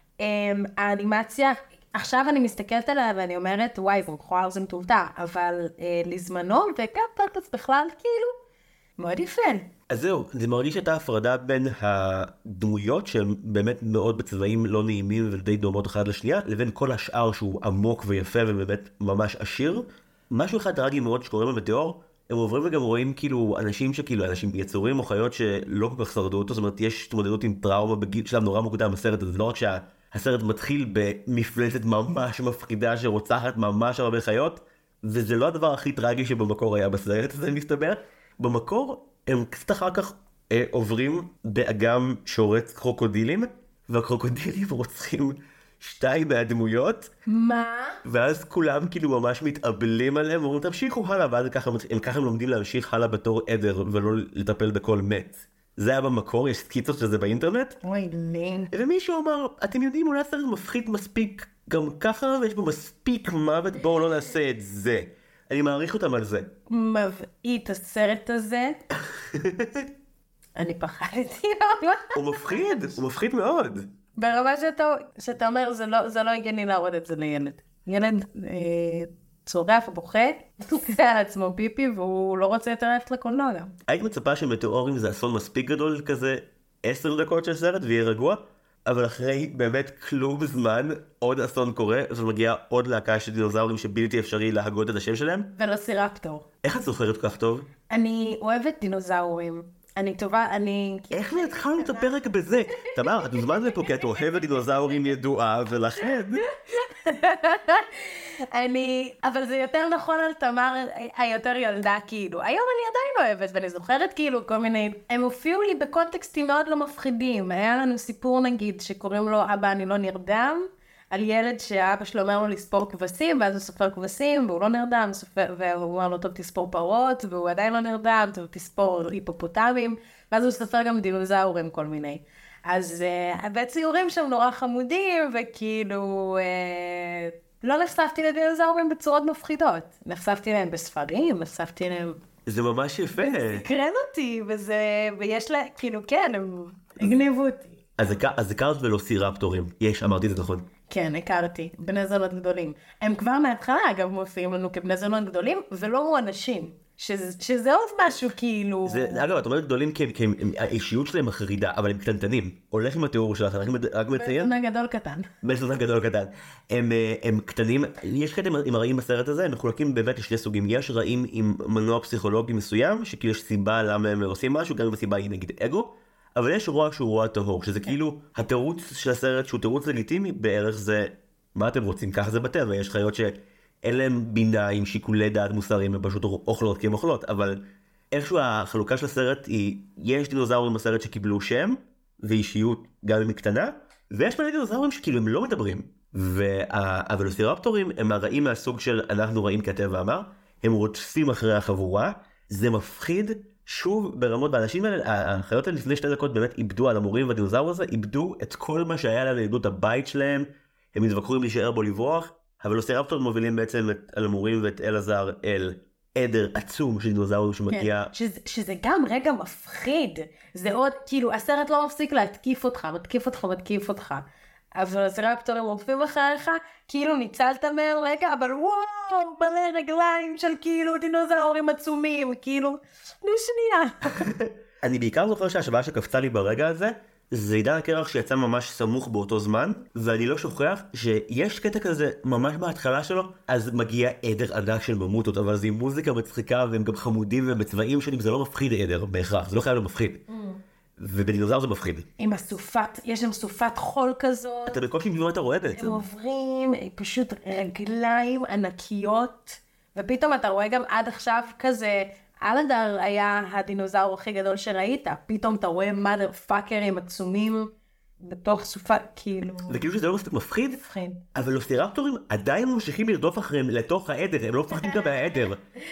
האנימציה, עכשיו אני מסתכלת עליה ואני אומרת, וואי, זה מכוער, זה מטולטל, אבל לזמנו, וגם פרטס בכלל, כאילו, מאוד יפה. אז זהו, זה מרגיש את ההפרדה בין הדמויות שהן באמת מאוד בצבעים לא נעימים ודי דומות אחת לשנייה, לבין כל השאר שהוא עמוק ויפה ובאמת ממש עשיר. משהו אחד טרגי מאוד שקורה במטאור, הם עוברים וגם רואים כאילו אנשים יצורים או חיות שלא כל כך שרדו אותו, זאת אומרת יש התמודדות עם טראומה בגיל שלב נורא מוקדם בסרט הזה, לא רק שהסרט מתחיל במפלצת ממש מפחידה שרוצחת ממש הרבה חיות, וזה לא הדבר הכי טרגי שבמקור היה בסרט הזה מסתבר. במקור הם קצת אחר כך עוברים באגם שורץ קרוקודילים, והקרוקודילים רוצחים 2 מהדמויות. מה? ואז כולם כאילו ממש מתאבלים עליהם, ואומרים תמשיכו הלאה, ואז ככה הם לומדים להמשיך הלאה בתור עדר, ולא לטפל בכל מת. זה היה במקור, יש סקיצות שזה באינטרנט. אוי לין. ומישהו אמר, אתם יודעים, אולי הסרט מפחיד מספיק גם ככה, ויש בו מספיק מוות, בואו לא נעשה את זה. אני מעריך אותם על זה. מבעית הסרט הזה. אני פחדתי. הוא מפחיד מאוד. ברמה שאתה אומר, זה לא הגיוני להראות את זה לילד. ילד צורף ובוכה, הוא כזה על עצמו פיפי, והוא לא רוצה יותר ללכת לקולנוע גם. היית מצפה שמטאורים זה אסון מספיק גדול, כזה 10 דקות של סרט ויהיה רגוע, אבל אחרי באמת כלום זמן, עוד אסון קורה, ומגיעה עוד להקה של דינוזאורים שבלתי אפשרי להגות את השם שלהם. ולוסירפטור. איך את זוכרת כל כך טוב? אני אוהבת דינוזאורים. אני טובה, איך לא התחלנו את הפרק בזה? תמר, את מוזמן לפה כי את אוהבת דינוזאורים ידועה, ולכן... אבל זה יותר נכון על תמר היותר ילדה כאילו. היום אני עדיין אוהבת, ואני זוכרת כאילו כל מיני... הם הופיעו לי בקונטקסטים מאוד לא מפחידים. היה לנו סיפור נגיד שקוראים לו אבא אני לא נרדם, על ילד שהאבא שלו אומר לו לספור כבשים, ואז הוא סופר כבשים, והוא לא נרדם, והוא אומר לו טוב תספור פרות, והוא עדיין לא נרדם, טוב תספור היפופוטמים, ואז הוא סופר גם דינוזאורים כל מיני. אז הציורים שם נורא חמודים, וכאילו... לא נחשפתי לדינוזאורים בצורות מפחידות. נחשפתי להם בספרים, נחשפתי להם... זה ממש יפה. זה קרן אותי, ויש לה, כאילו, כן, הם הגניבו אותי. אז הכרת ולוסירפטורים. יש, אמרתי את זה נכון. כן, הכרתי. בני זונות גדולים. הם כבר מההתחלה, אגב, מופיעים לנו כבני זונות גדולים, ולא הוא אנשים. שזה עוד משהו כאילו... אגב, את אומרת גדולים כי האישיות שלהם מחרידה, אבל הם קטנטנים. הולך עם התיאור שלך, רק מציין? בן זונה גדול קטן. בן זונה גדול קטן. הם קטנים, יש קטעים עם הרעים בסרט הזה, הם מחולקים באמת לשני סוגים. יש רעים עם מנוע פסיכולוגי מסוים, שכאילו יש סיבה למה הם עושים משהו, גם אם הסיבה היא נגיד אגו, אבל יש רוע שהוא רוע טהור, שזה כאילו התירוץ של הסרט שהוא תירוץ לגיטימי, בערך זה, מה אתם רוצים? ככה זה בטבע, יש חיות אין להם בינה עם שיקולי דעת מוסריים, הם פשוט אוכלות כי הם אוכלות, אבל איכשהו החלוקה של הסרט היא, יש דינוזאורים בסרט שקיבלו שם, ואישיות גם אם היא קטנה, ויש מלא דינוזאורים שכאילו הם לא מדברים, והוולוסירפטורים הם הרעים מהסוג של אנחנו רעים כי הטבע אמר, הם רוצים אחרי החבורה, זה מפחיד, שוב ברמות, באנשים האלה, החיות האלה לפני 2 דקות באמת איבדו על המורים והדינוזאור הזה, איבדו את כל מה שהיה להם, איבדו את הבית שלהם, הם התווכחו אם להישאר בו לברוח, הוולוסירפטורים מובילים בעצם את אלמורים ואת אלעזר אל עדר עצום של דינוזאור שמגיע... כן, שזה גם רגע מפחיד. זה עוד, כאילו, הסרט לא מפסיק להתקיף אותך, מתקיף אותך. הוולוסירפטורים רופאים אחריך, כאילו ניצלת מהם רגע, אבל וואו, מלא רגליים של כאילו דינוזאורים עצומים, כאילו, לשנייה. אני בעיקר זוכר שההשוואה שקפצה לי ברגע הזה, זה עידן הקרח שיצא ממש סמוך באותו זמן, ואני לא שוכח שיש קטע כזה ממש בהתחלה שלו, אז מגיע עדר ענק של ממוטות, אבל זה עם מוזיקה מצחיקה, והם גם חמודים ובצבעים שונים, זה לא מפחיד עדר בהכרח, זה לא חייב להיות מפחיד. ובדינוזאור זה מפחיד. עם הסופת, יש שם סופת חול כזאת. אתה בקושי מבין מה אתה רואה בעצם. הם עוברים פשוט רגליים ענקיות, ופתאום אתה רואה גם עד עכשיו כזה, אלדר היה הדינוזאור הכי גדול שראית, פתאום אתה רואה מאדר פאקרים עצומים בתוך סופה, כאילו... זה כאילו שזה לא מספיק מפחיד, אבל הוולוסירפטורים עדיין ממשיכים לרדוף אחריהם לתוך העדר, הם לא מפחדים גם מהעדר.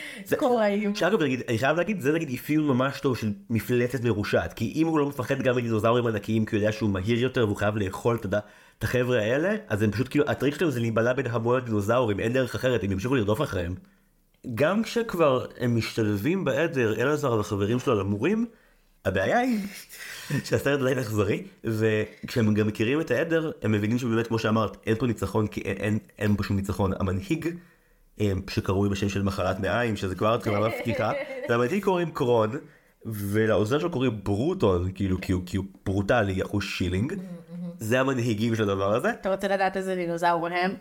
קוראים. שאגב, אני חייב להגיד, זה נגיד אפיון ממש טוב של מפלצת מרושעת, כי אם הוא לא מפחד גם מדינוזאורים ענקיים, כי הוא יודע שהוא מהיר יותר והוא חייב לאכול את החבר'ה האלה, אז הם פשוט כאילו, הטריק שלהם זה להיבלע בין המון הדינוזאורים, אין דרך אחרת, הם ימשיכו לרדוף אחריהם. גם כשכבר הם משתלבים בעדר, אלעזר והחברים שלו על המורים, הבעיה היא שהסרט עדיין אכזרי, וכשהם גם מכירים את העדר, הם מבינים שבאמת, כמו שאמרת, אין פה ניצחון, כי אין פה שום ניצחון. המנהיג, שקרוי בשם של מחלת מעיים, שזה כבר התחילה מפתיחה, והמנהיג קוראים קרון, ולעוזר שלו קוראים ברוטון, כאילו, כי הוא ברוטלי, אחוז שילינג. זה המנהיגים של הדבר הזה. אתה רוצה לדעת איזה דינוזאור הם?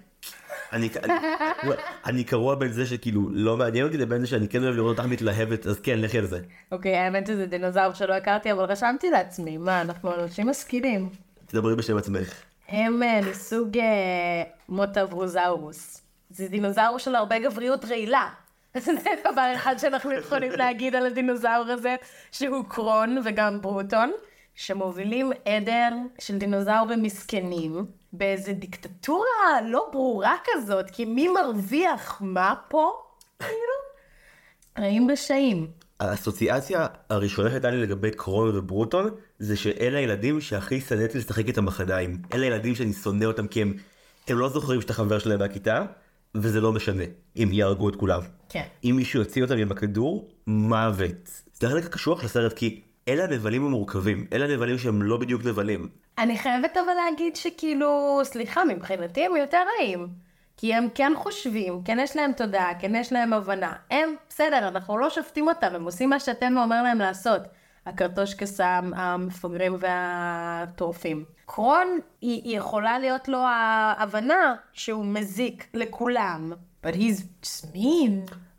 אני קרוע בין זה שכאילו לא מעניין אותי לבין זה שאני כן אוהב לראות אותך מתלהבת, אז כן, לכי על זה. אוקיי, האמת שזה דינוזאור שלא הכרתי, אבל רשמתי לעצמי, מה, אנחנו אנשים משכילים. תדברי בשם עצמך. הם מסוג מוטברוזאורוס. זה דינוזאור של הרבה גבריות רעילה. זה דבר אחד שאנחנו יכולים להגיד על הדינוזאור הזה, שהוא קרון וגם ברוטון, שמובילים עדר של דינוזאורים מסכנים, באיזו דיקטטורה לא ברורה כזאת, כי מי מרוויח מה פה? כאילו? רעים רשעים. האסוציאציה הראשונה שהייתה לי לגבי קרון וברוטון, זה שאלה הילדים שהכי שנאתי לשחק איתם בחדיים. אלה הילדים שאני שונא אותם כי הם לא זוכרים שאתה חבר שלהם מהכיתה, וזה לא משנה אם יהרגו את כולם. כן. אם מישהו יוציא אותם עם הכדור, מוות. זה החלק הקשוח של הסרט, כי אלה הנבלים המורכבים, אלה הנבלים שהם לא בדיוק נבלים. אני חייבת אבל להגיד שכאילו, סליחה, מבחינתי הם יותר רעים. כי הם כן חושבים, כן יש להם תודעה, כן יש להם הבנה. הם, בסדר, אנחנו לא שופטים אותם, הם עושים מה שאתם אומר להם לעשות. הקרטושקס המפגרים והטורפים. קרון, היא יכולה להיות לו ההבנה שהוא מזיק לכולם. But he's just mean.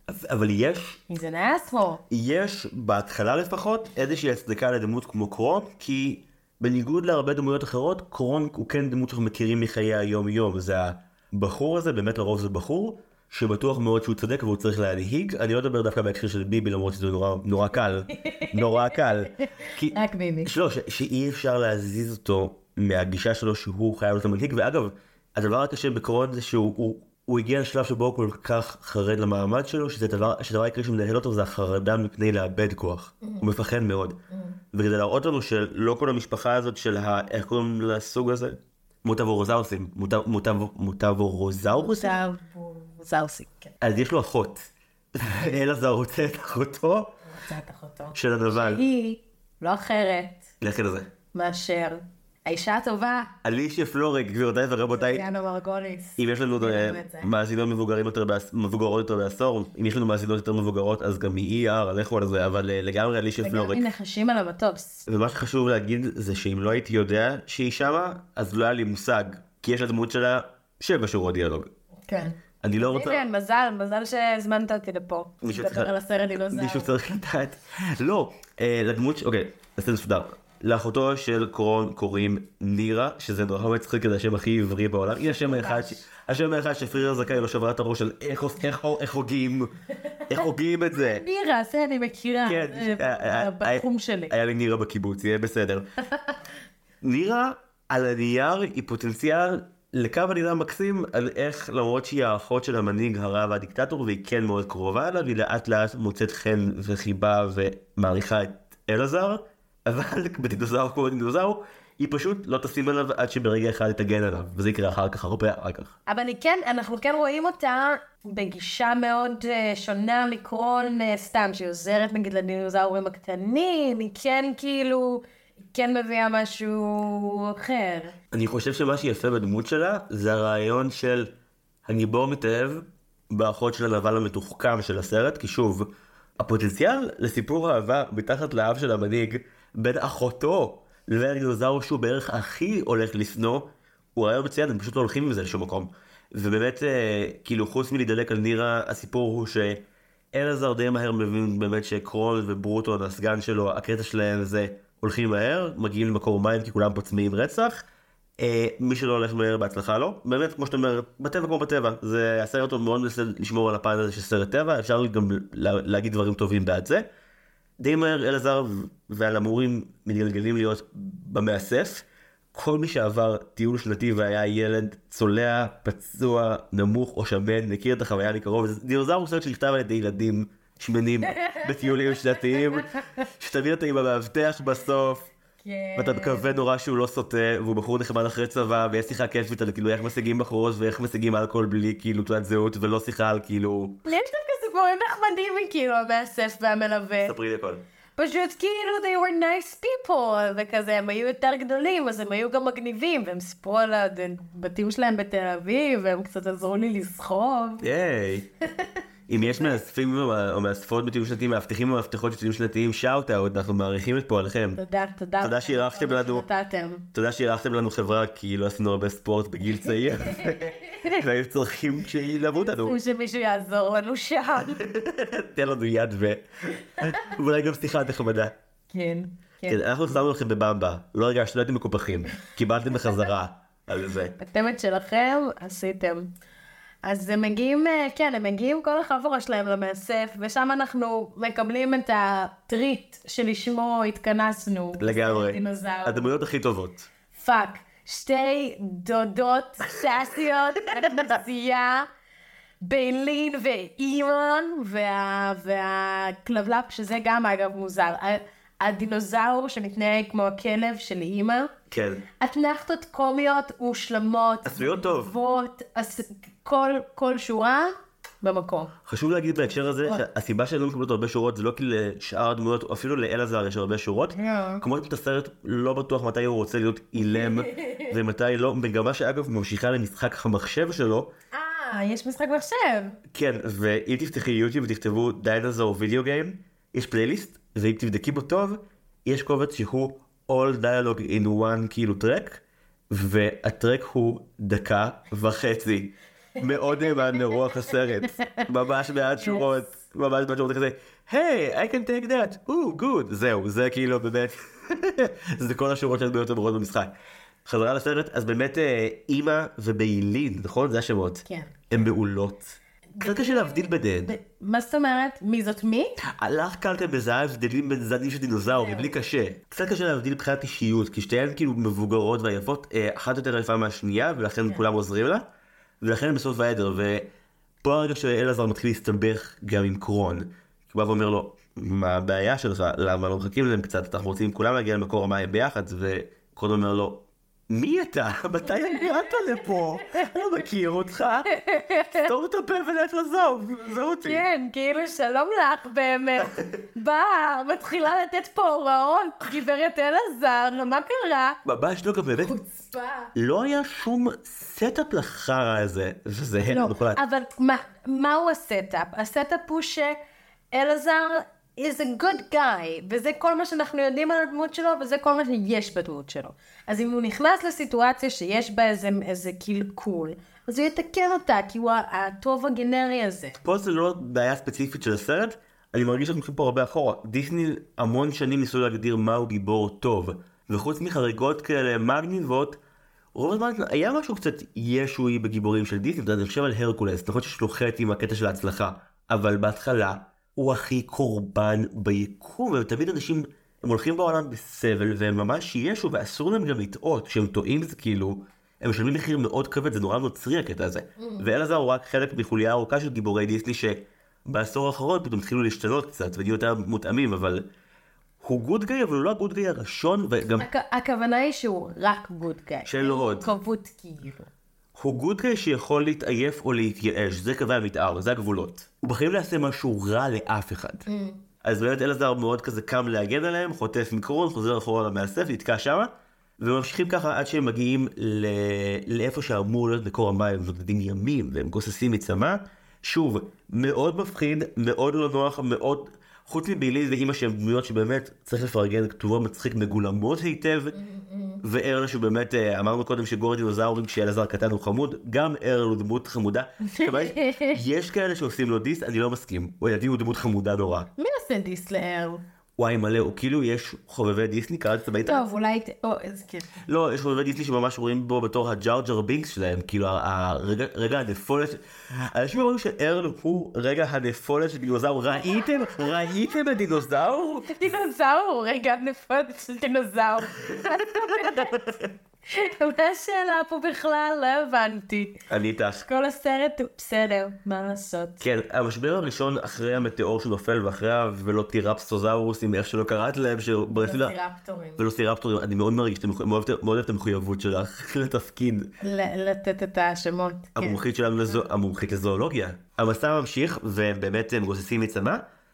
אבל יש, He's an asshole. יש בהתחלה לפחות איזושהי הצדקה לדמות כמו קרון, כי בניגוד להרבה דמויות אחרות, קרון הוא כן דמות שאנחנו מכירים מחיי היום-יום. זה הבחור הזה, באמת לרוב זה בחור, שבטוח מאוד שהוא צודק והוא צריך להנהיג. אני לא אדבר דווקא בהקשר של ביבי, למרות שזה נורא קל. נורא קל. רק ביבי. שאי אפשר להזיז אותו מהגישה שלו שהוא חייב להיות המנהיג. ואגב, הדבר הקשה בקרון זה שהוא הגיע לשלב שבו הוא כל כך חרד למעמד שלו, שהדבר העיקרי שמנהל אותו זה החרדה מפני לאבד כוח. הוא מפחד מאוד. וכדי להראות לנו שלא כל המשפחה הזאת של איך קוראים לסוג הזה? מוטאבורוזאוסים. מוטאבורוזאוסים? מוטאבורוזאוסים, כן. אז יש לו אחות. אלעזר רוצה את אחותו של הנבל. שהיא לא אחרת. לכן הזה. מאשר האישה הטובה. אלישיה פלורק, גבירותיי ורבותיי. יאנו מרגוליס. אם יש לנו מאזינות מבוגרות יותר בעשור, אם יש לנו מאזינות יותר מבוגרות, אז גם היא הלכו על זה, אבל לגמרי אלישיה פלורק. וגם נחשים על המטוס. ומה שחשוב להגיד זה שאם לא הייתי יודע שהיא שמה, אז לא היה לי מושג, כי יש לדמות שלה 7 שורות דיאלוג. כן. אני לא רוצה... כן, מזל שהזמנת אותי לפה. לדבר על הסרט דינוזאור. מישהו צריך לדעת. לא, לדמות, אוקיי, נעשה מסודר. לאחותו של קרון קוראים נירה, שזה נורא מצחיק, זה השם הכי עברי בעולם. היא השם האחד שפרירה זכאי לא שברה את הראש של איך הוגים את זה. נירה, זה אני מכירה. כן, בתחום שלי. היה לי נירה בקיבוץ, יהיה בסדר. נירה על הנייר היא פוטנציאל לקו עלילה מקסים על איך למרות שהיא האחות של המנהיג הרע והדיקטטור והיא כן מאוד קרובה אליו, היא לאט לאט מוצאת חן וחיבה ומעריכה את אלעזר, אבל בדינוזאור כמו דינוזאור היא פשוט לא תשים עליו עד שברגע אחד תגן עליו, וזה יקרה אחר כך, הרבה אחר כך. אבל אנחנו כן רואים אותה בגישה מאוד שונה מקרון סתם, שהיא עוזרת נגיד לדינוזאורים הקטנים, היא כן כאילו... כן מביאה משהו אחר. אני חושב שמה שיפה בדמות שלה זה הרעיון של הגיבור מתאהב באחות של הנבל המתוחכם של הסרט, כי שוב, הפוטנציאל לסיפור אהבה מתחת לאב של המנהיג בין אחותו לבין הדינוזאור שהוא בערך הכי הולך לשנוא, הוא רעיון מצוין, הם פשוט לא הולכים עם זה לשום מקום. ובאמת, כאילו חוץ מלהידלק על נירה, הסיפור הוא שאלעזר די מהר מבין באמת שקרון וברוטון, הסגן שלו, הקטע שלהם זה הולכים מהר, מגיעים למקור מים כי כולם פה צמאים רצח. מי שלא הולך מהר בהצלחה לא. באמת, כמו שאתה אומר, בטבע כמו בטבע. זה הסרט מאוד מנסה לשמור על הפן הזה של סרט טבע, אפשר גם להגיד דברים טובים בעד זה. די מהר אלעזר והלמורים מתגלגלים להיות במאסף. כל מי שעבר טיול שנתי והיה ילד צולע, פצוע, נמוך או שמן, מכיר את החוויה מקרוב. דינוזאור הוא סרט שנכתב על ידי ילדים שמנים בטיולים שנתיים, שתבין אותה עם המאבטח בסוף, ואתה מקווה נורא שהוא לא סוטה, והוא בחור נחמד אחרי צבא, ויש שיחה כיפית על כאילו איך משיגים בחורות, ואיך משיגים אלכוהול בלי כאילו תעודת זהות, ולא שיחה על כאילו... יש דווקא סיפורים נחמדים מכאילו המאסף והמלווה. ספרי לי הכל. פשוט כאילו they were nice people, וכזה הם היו יותר גדולים, אז הם היו גם מגניבים, והם סיפרו על הבתים שלהם בתל אביב, והם קצת עזרו לי לסחוב. ייי. אם יש מאספים או מאספות בטיול שנתיים, מאבטחים או מאבטחות בטיול שנתיים, שאוט אאוט, אנחנו מעריכים את פועלכם. תודה. תודה שאירחתם לנו. תודה שאירחתם לנו חברה, כי לא עשינו הרבה ספורט בגיל צעיר. והיו צרכים שילוו אותנו. שמישהו יעזור לנו שם. תן לנו יד ואולי גם שיחה נחמדה. כן. כן, אנחנו שמנו לכם בבמבה. לא הרגשתם, לא הייתם מקופחים. קיבלתם בחזרה על זה. בתמת שלכם עשיתם. אז הם מגיעים, כן, הם מגיעים כל החבורה שלהם למאסף, ושם אנחנו מקבלים את הטריט שלשמו התכנסנו. לגמרי. הדמויות הכי טובות. פאק. 2 דודות סאסיות, נסייה, ביילין ואימון, והכלבלב, שזה גם אגב מוזר. הדינוזאור שמתנהג כמו הכלב של אימא. כן. אתנחתות קומיות ושלמות. עשויות טוב. כל שורה במקום. חשוב להגיד בהקשר הזה שהסיבה שלנו מקבלות הרבה שורות זה לא כי לשאר הדמויות או אפילו לאלעזר יש הרבה שורות. כמו את הסרט לא בטוח מתי הוא רוצה להיות אילם ומתי לא. מגמה שאגב ממשיכה למשחק המחשב שלו. יש משחק מחשב. כן, ואם תפתחי יוטיוב ותכתבו דיינוזאור וידאו גיים, יש פלייליסט, ואם תבדקי בו טוב, יש קובץ שהוא all dialogue in one כאילו טרק, והטרק הוא 1.5 דקות. מאוד נאמן לרוח הסרט. ממש מעט שורות. ממש בג'ורט כזה, היי, I can take that, good, זהו, זה כאילו באמת, זה כל השורות שהן ביותר ברות במשחק. חזרה לסרט, אז באמת אימא וביילין, נכון? זה השמות. כן. הן מעולות. קצת קשה להבדיל ביניהן. מה זאת אומרת? מי זאת מי? לך קלתם בזה ההבדלים בין זנים של דינוזאורים, בלי קשה. קצת קשה להבדיל מבחינת אישיות, כי שתיהן כאילו מבוגרות ויפות, אחת יותר יפה מהשנייה, ולכן כולם עוזרים לה, ולכן בסוף העדר, ופה הרגע שאלעזר מתחיל להסתבך גם עם קרון, כי הוא בא ואומר לו, מה הבעיה שלך? למה לא מחכים להם קצת? אנחנו רוצים כולם להגיע למקור המים ביחד, וקרון אומר לו, מי אתה? מתי הגעת לפה? אני לא מכיר אותך. סתום את הפה ולך לזוב, זה אותי. כן, כאילו שלום לך באמת. באה, מתחילה לתת פה הוראות, גברת אלעזר, מה קרה? ממש לא, גם באמת, חוצפה. לא היה שום סטאפ לחרא הזה, וזה לא, מוחלט. אבל מהו הסטאפ? הסטאפ הוא שאלעזר is a good guy, וזה כל מה שאנחנו יודעים על הדמות שלו, וזה כל מה שיש בדמות שלו. אז אם הוא נכנס לסיטואציה שיש בה איזה קלקול, אז הוא יתקן אותה, כי הוא הטוב הגנרי הזה. פה זה לא בעיה ספציפית של הסרט, אני מרגיש שאנחנו הולכים פה הרבה אחורה. דיסני המון שנים ניסו להגדיר מהו גיבור טוב, וחוץ מחריגות כאלה מגניבות, רוב הזמן היה משהו קצת ישועי בגיבורים של דיסני. אני חושב על הרקולס, נכון שיש לו חטא עם הקטע של ההצלחה, אבל בהתחלה הוא הכי קורבן ביקום, ותמיד אנשים, הם הולכים בעולם בסבל, והם ממש ישו, ואסור להם גם לטעות, כשהם טועים זה כאילו, הם משלמים מחיר מאוד כבד, זה נורא נוצרי הקטע הזה. ואלעזר הוא רק חלק מחוליה ארוכה של גיבורי דיסני, שבעשור האחרון פתאום התחילו להשתנות קצת, ונהיו יותר מותאמים, אבל הוא גוד גיי, אבל הוא לא הגוד גיי הראשון, וגם... הכוונה היא שהוא רק גוד גיי. של רוד. קרבות כאילו. הוא גוד גיי שיכול להתעייף או להתייאש, זה קווי המתאר, זה הגבולות. הוא בחיים לא יעשה משהו רע לאף אחד. אז באמת אלעזר מאוד כזה קם להגן עליהם, חוטף מקרון, חוזר אחורה למאסף, נתקע שמה, וממשיכים ככה עד שהם מגיעים לאיפה שאמור להיות מקור המים, ונותנים ימים, והם גוססים מצמא. שוב, מאוד מפחיד, מאוד לא נוח, מאוד... חוץ מביילי ואימא שהם דמויות שבאמת צריך לפרגן, כתובות מצחיק מגולמות היטב, וארל שבאמת אמרנו קודם שגור דינוזאורים כשאלעזר קטן הוא חמוד, גם ארל הוא דמות חמודה. יש כאלה שעושים לו דיס, אני לא מסכים, הוא ידעי הוא דמות חמודה נורא. מי עושה דיס לארל? וואי מלא, הוא כאילו יש חובבי דיסני, קראתי את זה בעיתון. טוב, אולי... איזה כיף. לא, יש חובבי דיסני שממש רואים בו בתור הג'ארג'ר בינקס שלהם, כאילו רגע הנפולת, אנשים אומרים שארל הוא רגע הנפולת של דינוזאור, ראיתם את דינוזאור? דינוזאור, רגע הנפולת של דינוזאור. מה השאלה פה בכלל? לא הבנתי. אני איתך. כל הסרט הוא בסדר, מה לעשות? כן, המשבר הראשון אחרי המטאור שנופל ואחרי הוולוטירפסטוזאורוסים, איך שלא קראת להם, ולוסירפטורים, אני מאוד מרגיש, מאוד אוהב את המחויבות שלך לתפקיד. לתת את השמות. המומחית לזואולוגיה. המסע ממשיך, ובאמת הם גוססים מצמא,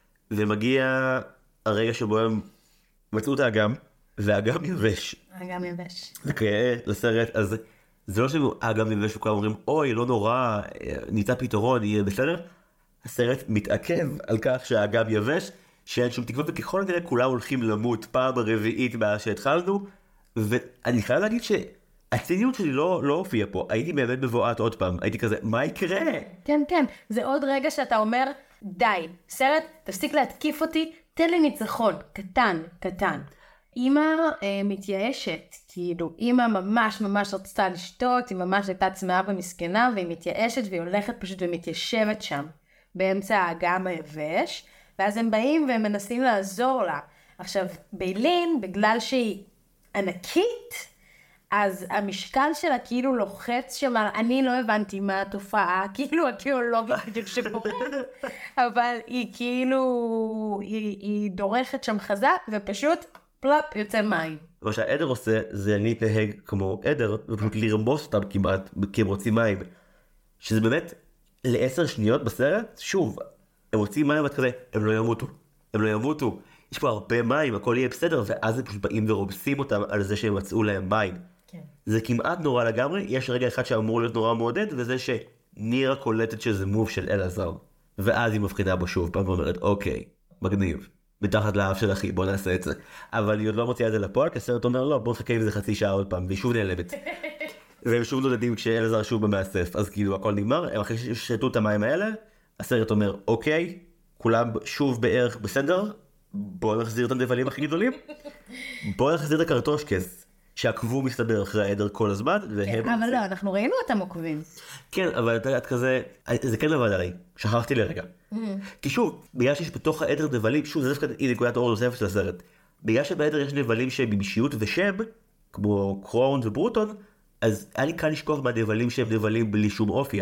ומגיע הרגע שבו הם מצאו את האגם, והאגם יבש. האגם יבש. וכאלה לסרט, אז זה לא שהאגם יבש וכולם אומרים, אוי, לא נורא, ניצא פתרון, יהיה בסדר. הסרט מתעכב על כך שהאגם יבש, שאין שום תקווה, וככל הנראה כולם הולכים למות פעם הרביעית מאז שהתחלנו, ואני חייב להגיד שהציניות שלי לא הופיעה פה, הייתי באמת מבועת עוד פעם, הייתי כזה, מה יקרה? כן, כן, זה עוד רגע שאתה אומר, די, סרט, תפסיק להתקיף אותי, תן לי ניצחון, קטן. אמא מתייאשת, כאילו, אמא ממש רצתה לשתות, היא ממש הייתה צמאה במסכנה, והיא מתייאשת והיא הולכת פשוט ומתיישבת שם, באמצע האגם היבש, ואז הם באים והם מנסים לעזור לה. עכשיו, ביילין, בגלל שהיא ענקית, אז המשקל שלה כאילו לוחץ שם, אני לא הבנתי מה התופעה, כאילו הגיאולוגית בדיוק שקורית, אבל היא כאילו, היא דורכת שם חזק, ופשוט פלופ יוצא מים. מה שהעדר עושה זה להתנהג כמו עדר, ופשוט לרמוס אותם כמעט, כי הם רוצים מים. שזה באמת, ל10 שניות בסרט, שוב, הם רוצים מים ואת כזה, הם לא ימותו. יש פה הרבה מים, הכל יהיה בסדר, ואז הם פשוט באים ורובסים אותם על זה שהם מצאו להם מים. כן. זה כמעט נורא לגמרי, יש רגע אחד שאמור להיות נורא מעודד, וזה שנירה קולטת שזה מוב של אלעזר. ואז היא מפחידה בו שוב, פעם ואומרת, אוקיי, מגניב. מתחת לאף של אחי, בוא נעשה את זה. אבל היא עוד לא מוציאה את זה לפועל, כי הסרט אומר, לא, בוא נחכה עם זה חצי שעה עוד פעם, והיא שוב נעלמת. והם שוב נודדים כשאלעזר שוב במאסף, אז כאילו הכל נגמר, הם אחרי ששתו את המים האלה, הסרט אומר, אוקיי, כולם שוב בערך בסדר, בואו נחזיר את הנבלים הכי גדולים, בואו נחזיר את הקרטושקס, שעקבו מסתבר אחרי העדר כל הזמן, אבל לא, אנחנו ראינו אותם עוקבים. כן, אבל את כזה, זה כן עבד עליי, שכחתי לרגע. כי שוב, בגלל שיש בתוך העדר נבלים, שוב, זה דווקא היא נקודת אור נוספת של הסרט, בגלל שבעדר יש נבלים שהם במשיות ושם, כמו קרון וברוטון, אז היה לי קל לשכוח מהנבלים שהם נבלים בלי שום אופי,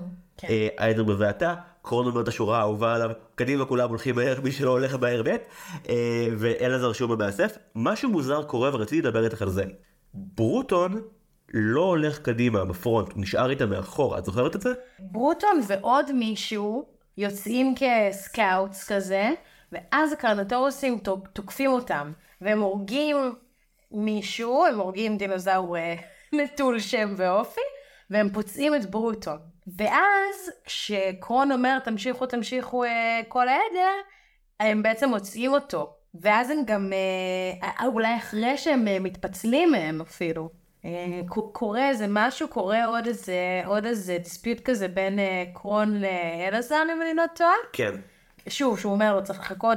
העדר בבעתה, קרון אומר את השורה האהובה עליו, קדימה כולם הולכים מהר, מי שלא הולך מהר מת, ואלעזר שוב במאסף. משהו מוזר קורה ורציתי לדבר איתך על זה. ברוטון לא הולך קדימה בפרונט, הוא נשאר איתה מאחור, את זוכרת את זה? ברוטון ועוד מישהו יוצאים כסקאוטס כזה, ואז הקרנטורוסים תוקפים אותם, והם הורגים מישהו, הם הורגים דינוזאור נטול שם ואופי, והם פוצעים את ברוטון. ואז כשקרון אומר תמשיכו כל העדר, הם בעצם מוצאים אותו. ואז הם גם, אולי אחרי שהם מתפצלים מהם אפילו, קורה איזה משהו, קורה עוד איזה דיספיוט כזה בין קרון לאלעזר, אם אני לא טועה. כן. שוב, שהוא אומר לו צריך לחכות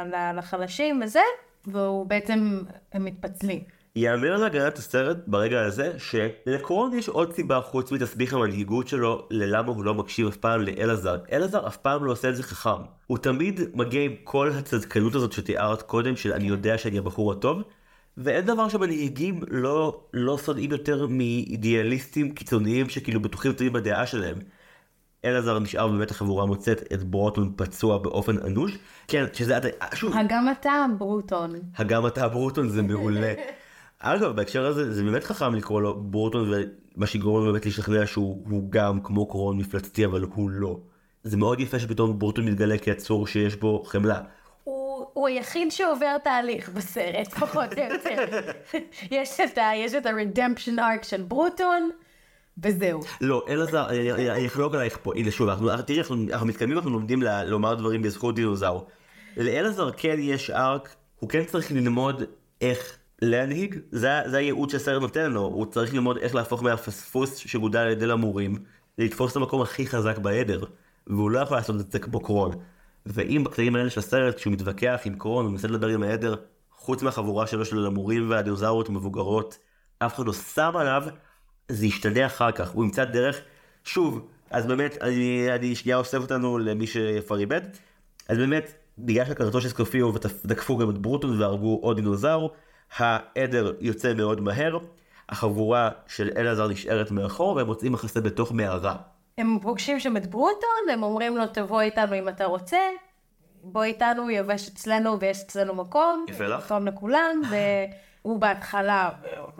לחלשים וזה, והוא בעצם, הם מתפצלים. יאמר להגנת הסרט ברגע הזה שלקרון יש עוד סיבה חוץ מתסביך המנהיגות שלו ללמה הוא לא מקשיב אף פעם לאלעזר. אלעזר אף פעם לא עושה את זה חכם. הוא תמיד מגיע עם כל הצדקנות הזאת שתיארת קודם של אני יודע שאני הבחור הטוב, ואין דבר שמנהיגים לא שונאים יותר מאידיאליסטים קיצוניים שכאילו בטוחים תמיד בדעה שלהם. אלעזר נשאר באמת החבורה מוצאת את ברוטון פצוע באופן אנוש. כן, שזה שוב. הגם אתה ברוטון. הגם אתה ברוטון זה מעולה. אגב, בהקשר הזה, זה באמת חכם לקרוא לו ברוטון, ומה שיגרום לו באמת להשתכנע שהוא גם כמו קרון מפלצתי, אבל הוא לא. זה מאוד יפה שפתאום ברוטון מתגלה כיצור שיש בו חמלה. הוא היחיד שעובר תהליך בסרט, פחות או יותר. יש את ה-redemption arc של ברוטון, וזהו. לא, אלעזר, אני אחלוק עלייך פה, הנה שוב, תראי, אנחנו מתקדמים, אנחנו לומדים לומר דברים בזכות דינוזאור. לאלעזר כן יש ארק, הוא כן צריך ללמוד איך להנהיג, זה הייעוד שהסרט נותן לו, הוא צריך ללמוד איך להפוך מהפספוס שגודל על ידי למורים, לתפוס את המקום הכי חזק בעדר, והוא לא יכול לעשות את זה כמו קרון. ואם בקטעים האלה של הסרט, כשהוא מתווכח עם קרון, הוא מנסה לדבר עם העדר, חוץ מהחבורה שלו של למורים והדינוזאוריות המבוגרות, אף אחד לא שם עליו, זה ישתנה אחר כך, הוא ימצא דרך, שוב, אז באמת, אני שנייה אוסף אותנו למי שיפר איבד, אז באמת, בגלל שהקרטושקס הופיעו ותקפו גם את ברוטון והרגו עוד דינוזאור, העדר יוצא מאוד מהר, החבורה של אלעזר נשארת מאחור, והם מוצאים מחסה בתוך מערה. הם פוגשים שם את ברוטון, הם אומרים לו תבוא איתנו אם אתה רוצה, בוא איתנו, יבש אצלנו ויש אצלנו מקום. יפה לך. מקום לכולם, והוא בהתחלה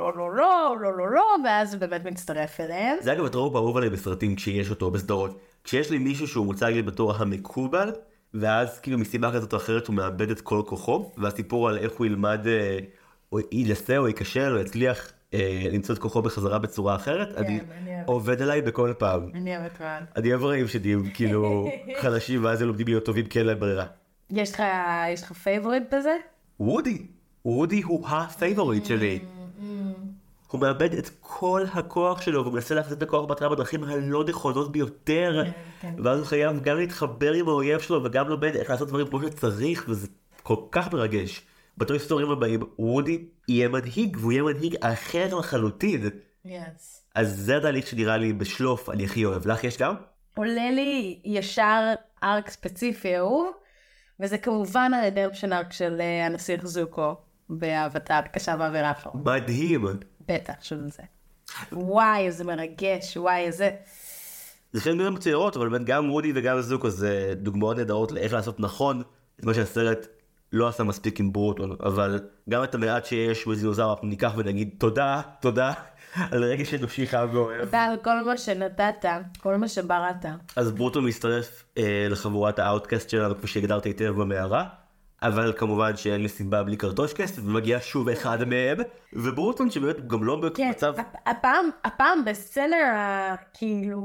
לא, ואז הוא באמת מצטרף אליהם. זה אגב הטרופ האהוב עליי בסרטים כשיש אותו בסדרות. כשיש לי מישהו שהוא מוצג לי בתור המקובל, ואז כאילו מסיבה כזאת או אחרת הוא מאבד את כל כוחו, והסיפור על איך הוא ילמד, או ינסה או ייכשל או יצליח למצוא את כוחו בחזרה בצורה אחרת, אני עובד עליי בכל פעם. אני אוהבת מאוד. אני אוהב רעים שתהיים כאילו חלשים ואז הם לומדים להיות טובים כי אין להם ברירה. יש לך פייבוריט בזה? וודי הוא הפייבוריט שלי. הוא מאבד את כל הכוח שלו, והוא מנסה להחזיק את הכוח בהתחלה בדרכים הלא נכונות ביותר, ואז הוא חייב גם להתחבר עם האויב שלו, וגם לומד איך לעשות דברים כמו שצריך, וזה כל כך מרגש. בתור סטורים הבאים, וודי יהיה מנהיג, והוא יהיה מנהיג אחר לחלוטין. אז זה הדליך שנראה לי בשלוף, אני הכי אוהב. לך יש גם? עולה לי ישר ארק ספציפי אהוב, וזה כמובן הרדמפשן ארק של הנסיך זוקו, באבטאר קשה בעבירה פה. מדהים. בטח של זה. וואי, איזה מרגש, וואי, איזה... זה חלק דברים מצוירות, אבל באמת גם וודי וגם זוקו זה דוגמאות נהדרות לאיך לעשות נכון את מה שהסרט לא עשה מספיק עם ברוטון, אבל גם את המעט שיש בדינוזאור אנחנו ניקח ונגיד תודה על רגש אנושי חם ואוהב. תודה על כל מה שנתת, כל מה שבראת. אז ברוטון מצטרף לחבורת האוטקאסט שלנו כפי שהגדרת היטב במערה, אבל כמובן שאין לי סיבה בלי קרטושקס, ומגיע שוב אחד מהם, וברוטון שבאמת גם לא במצב... הפעם בסצנה כאילו...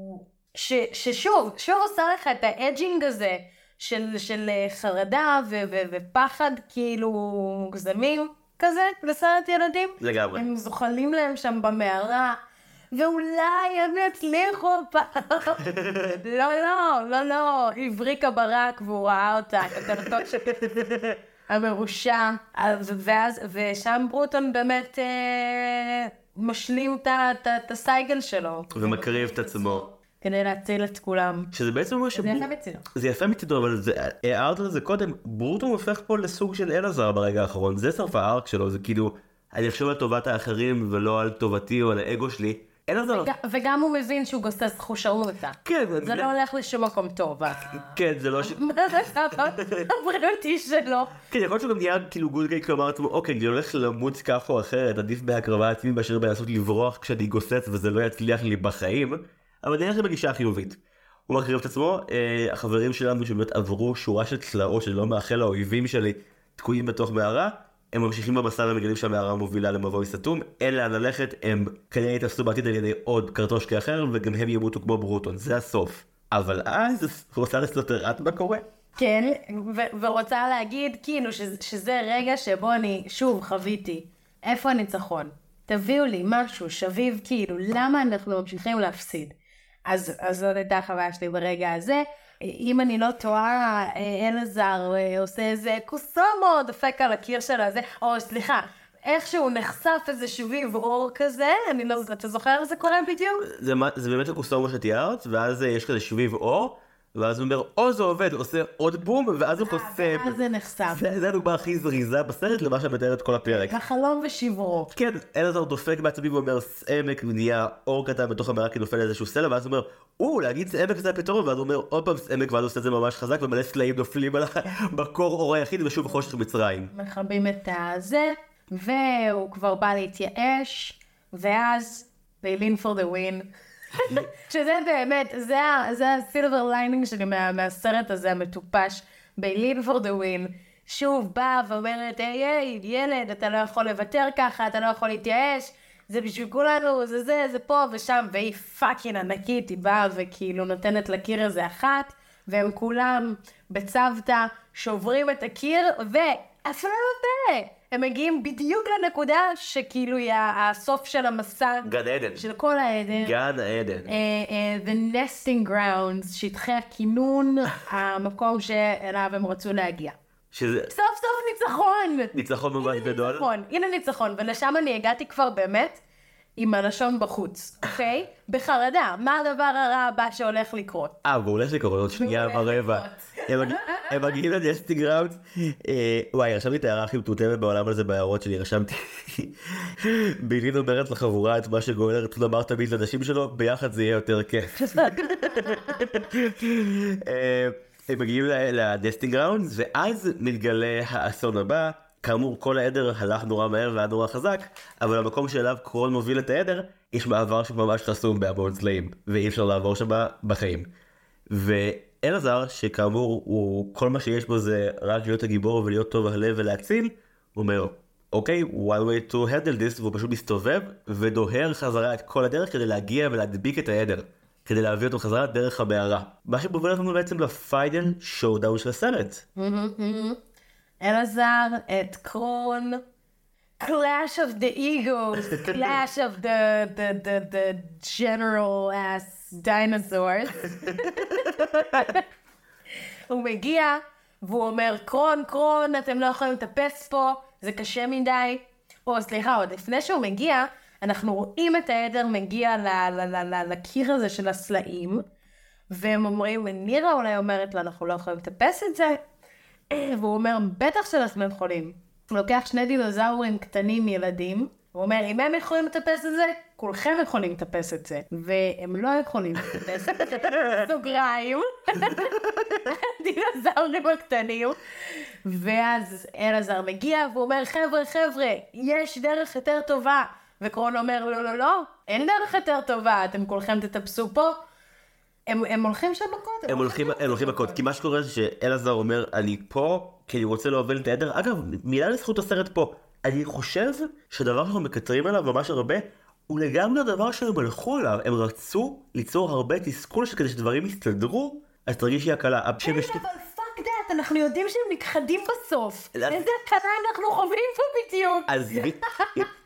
ששוב עושה לך את האג'ינג הזה של חרדה ופחד כאילו מוגזמים כזה לסרט ילדים. לגמרי. הם זוחלים להם שם במערה, ואולי הם יצליחו פעם. לא, הבריקה ברק והוא ראה אותה, כתבתו המרושע, ושם ברוטון באמת משלים את הסייגל שלו. ומקריב את עצמו. כדי להציל את כולם. שזה בעצם אומר זה יפה מצידו. זה יפה מצידו, אבל הערת על זה קודם, ברוטון הופך פה לסוג של אלעזר ברגע האחרון, זה סוף הארק שלו, זה כאילו, אני חושב על טובת האחרים ולא על טובתי או על האגו שלי. וגם הוא מבין שהוא גוסס חושרמותה. כן. זה לא הולך לשום מקום טוב. כן, זה לא הבריאותי שלו. כן, יכול להיות שהוא גם נהיה כאילו גולגי, כלומר עצמו, אוקיי, אני הולך למות כך או אחרת, עדיף בהקרבה עצמי מאשר בנסות לברוח כשאני גוסס וזה לא יצליח לי בחיים, אבל נראה שבגישה החיובית. הוא מקריב את עצמו, החברים שלנו שבאמת עברו שורה של צלעות שאני לא מאחל לאויבים שלי תקועים בתוך מערה, הם ממשיכים במסע ומגלים שהמערה מובילה למבוי סתום, אין לאן ללכת, הם כנראה יתפסו בעתיד על ידי עוד קרטושקי אחר, וגם הם ימותו כמו ברוטון, זה הסוף. אבל אז רוצה לסלוטרט מה קורה? כן, ורוצה להגיד כאילו שזה רגע שבו אני שוב חוויתי, איפה הניצחון? תביאו לי משהו שביב כאילו, למה אנחנו ממשיכים להפסיד? אז זאת הייתה החוויה שלי ברגע הזה. אם אני לא טועה, אלעזר עושה איזה קוסומו, דופק על הקיר של הזה, או סליחה, איכשהו נחשף איזה שביב אור כזה, אני לא יודעת, אתה זוכר איזה קורה בדיוק? זה באמת הקוסומו שתיארת, ואז יש כזה שביב אור, ואז הוא אומר, או זה עובד, עושה עוד בום, ואז הוא חוסם. ואז זה נחשף. זה הדוגמה הכי זריזה בסרט למה שמתאר את כל הפרק. החלום ושברו. כן, אלעזר דופק בעצמי ואומר, סעמק נהיה אור קטן בתוך המערה כי נופל איזשהו סלע, ואז הוא אומר, להגיד סעמק זה הפתרון, ואז הוא אומר, עוד פעם סעמק, ואז הוא עושה את זה ממש חזק, ומלא סלעים נופלים עליו בקור אור היחיד, ושוב חושך מצרים. מכבים את הזה, והוא כבר בא להתייאש, ואז, they lean for the win. שזה באמת, זה הסילבר ליינינג שלי מהסרט הזה המטופש, ב-Lean for the win, שוב באה ואומרת, היי, ילד, אתה לא יכול לוותר ככה, אתה לא יכול להתייאש, זה בשביל כולנו, זה פה ושם, והיא פאקינג ענקית, היא באה וכאילו נותנת לקיר הזה אחת, והם כולם בצוותא שוברים את הקיר, ואפילו לא בא. הם מגיעים בדיוק לנקודה שכאילו היא הסוף של המסע. גן עדן. של כל העדן. גן עדן. The nesting grounds, שטחי הכינון, המקום שאליו הם רצו להגיע. סוף סוף ניצחון. ניצחון ממש גדול. הנה ניצחון, ולשם אני הגעתי כבר באמת עם הלשון בחוץ, אוקיי? בחרדה, מה הדבר הרע הבא שהולך לקרות? הוא הולך לקרות עוד שנייה ורבע. הם מגיעים לנסטינג גראונד. וואי, רשמתי את ההערה הכי מטומטמת בעולם הזה בהערות שלי, רשמתי. בילין אומרת לחבורה את מה שגואל רצון אמר תמיד לנשים שלו, ביחד זה יהיה יותר כיף. הם מגיעים לנסטינג גראונד, ואז מתגלה האסון הבא. כאמור, כל העדר הלך נורא מהר והיה נורא חזק, אבל המקום שאליו קרון מוביל את העדר, יש מעבר שממש חסום בהמון סלעים, ואי אפשר לעבור שם בחיים. ואלעזר, שכאמור, כל מה שיש בו זה רק להיות הגיבור ולהיות טוב הלב ולהציל, הוא אומר, אוקיי, one way to handle this, והוא פשוט מסתובב ודוהר חזרה את כל הדרך כדי להגיע ולהדביק את העדר, כדי להביא אותו חזרה דרך המערה. מה שמוביל אותנו בעצם לפיינל שואודאון של הסרט. אלעזר, את קרון, clash of the egos, clash of the general ass dinosaurs. הוא מגיע, והוא אומר, קרון, אתם לא יכולים לטפס פה, זה קשה מדי. סליחה, עוד לפני שהוא מגיע, אנחנו רואים את העדר מגיע לקיר הזה של הסלעים, והם אומרים, נירה אולי אומרת לה, אנחנו לא יכולים לטפס את זה. והוא אומר, בטח שאנחנו יכולים. הוא לוקח 2 דינוזאורים קטנים ילדים, הוא אומר, אם הם יכולים לטפס את זה, כולכם יכולים לטפס את זה. והם לא יכולים לטפס את זה. סוגריים. דינוזאורים הקטנים. ואז אלעזר מגיע, והוא אומר, חבר'ה, יש דרך יותר טובה. וקרון אומר, לא, אין דרך יותר טובה, אתם כולכם תטפסו פה. הם הולכים שם מכות. הם הולכים מכות, כי מה שקורה זה שאלעזר אומר, אני פה כי אני רוצה להוביל את העדר. אגב, מילה לזכות הסרט פה. אני חושב שדבר שאנחנו מקטרים עליו ממש הרבה, הוא לגמרי הדבר שהם הלכו עליו. הם רצו ליצור הרבה תסכול שכדי שדברים יסתדרו, אז תרגיש שהיא הקלה. אבל פאק דאט, אנחנו יודעים שהם נכחדים בסוף. איזה הקלה אנחנו חווים פה בדיוק.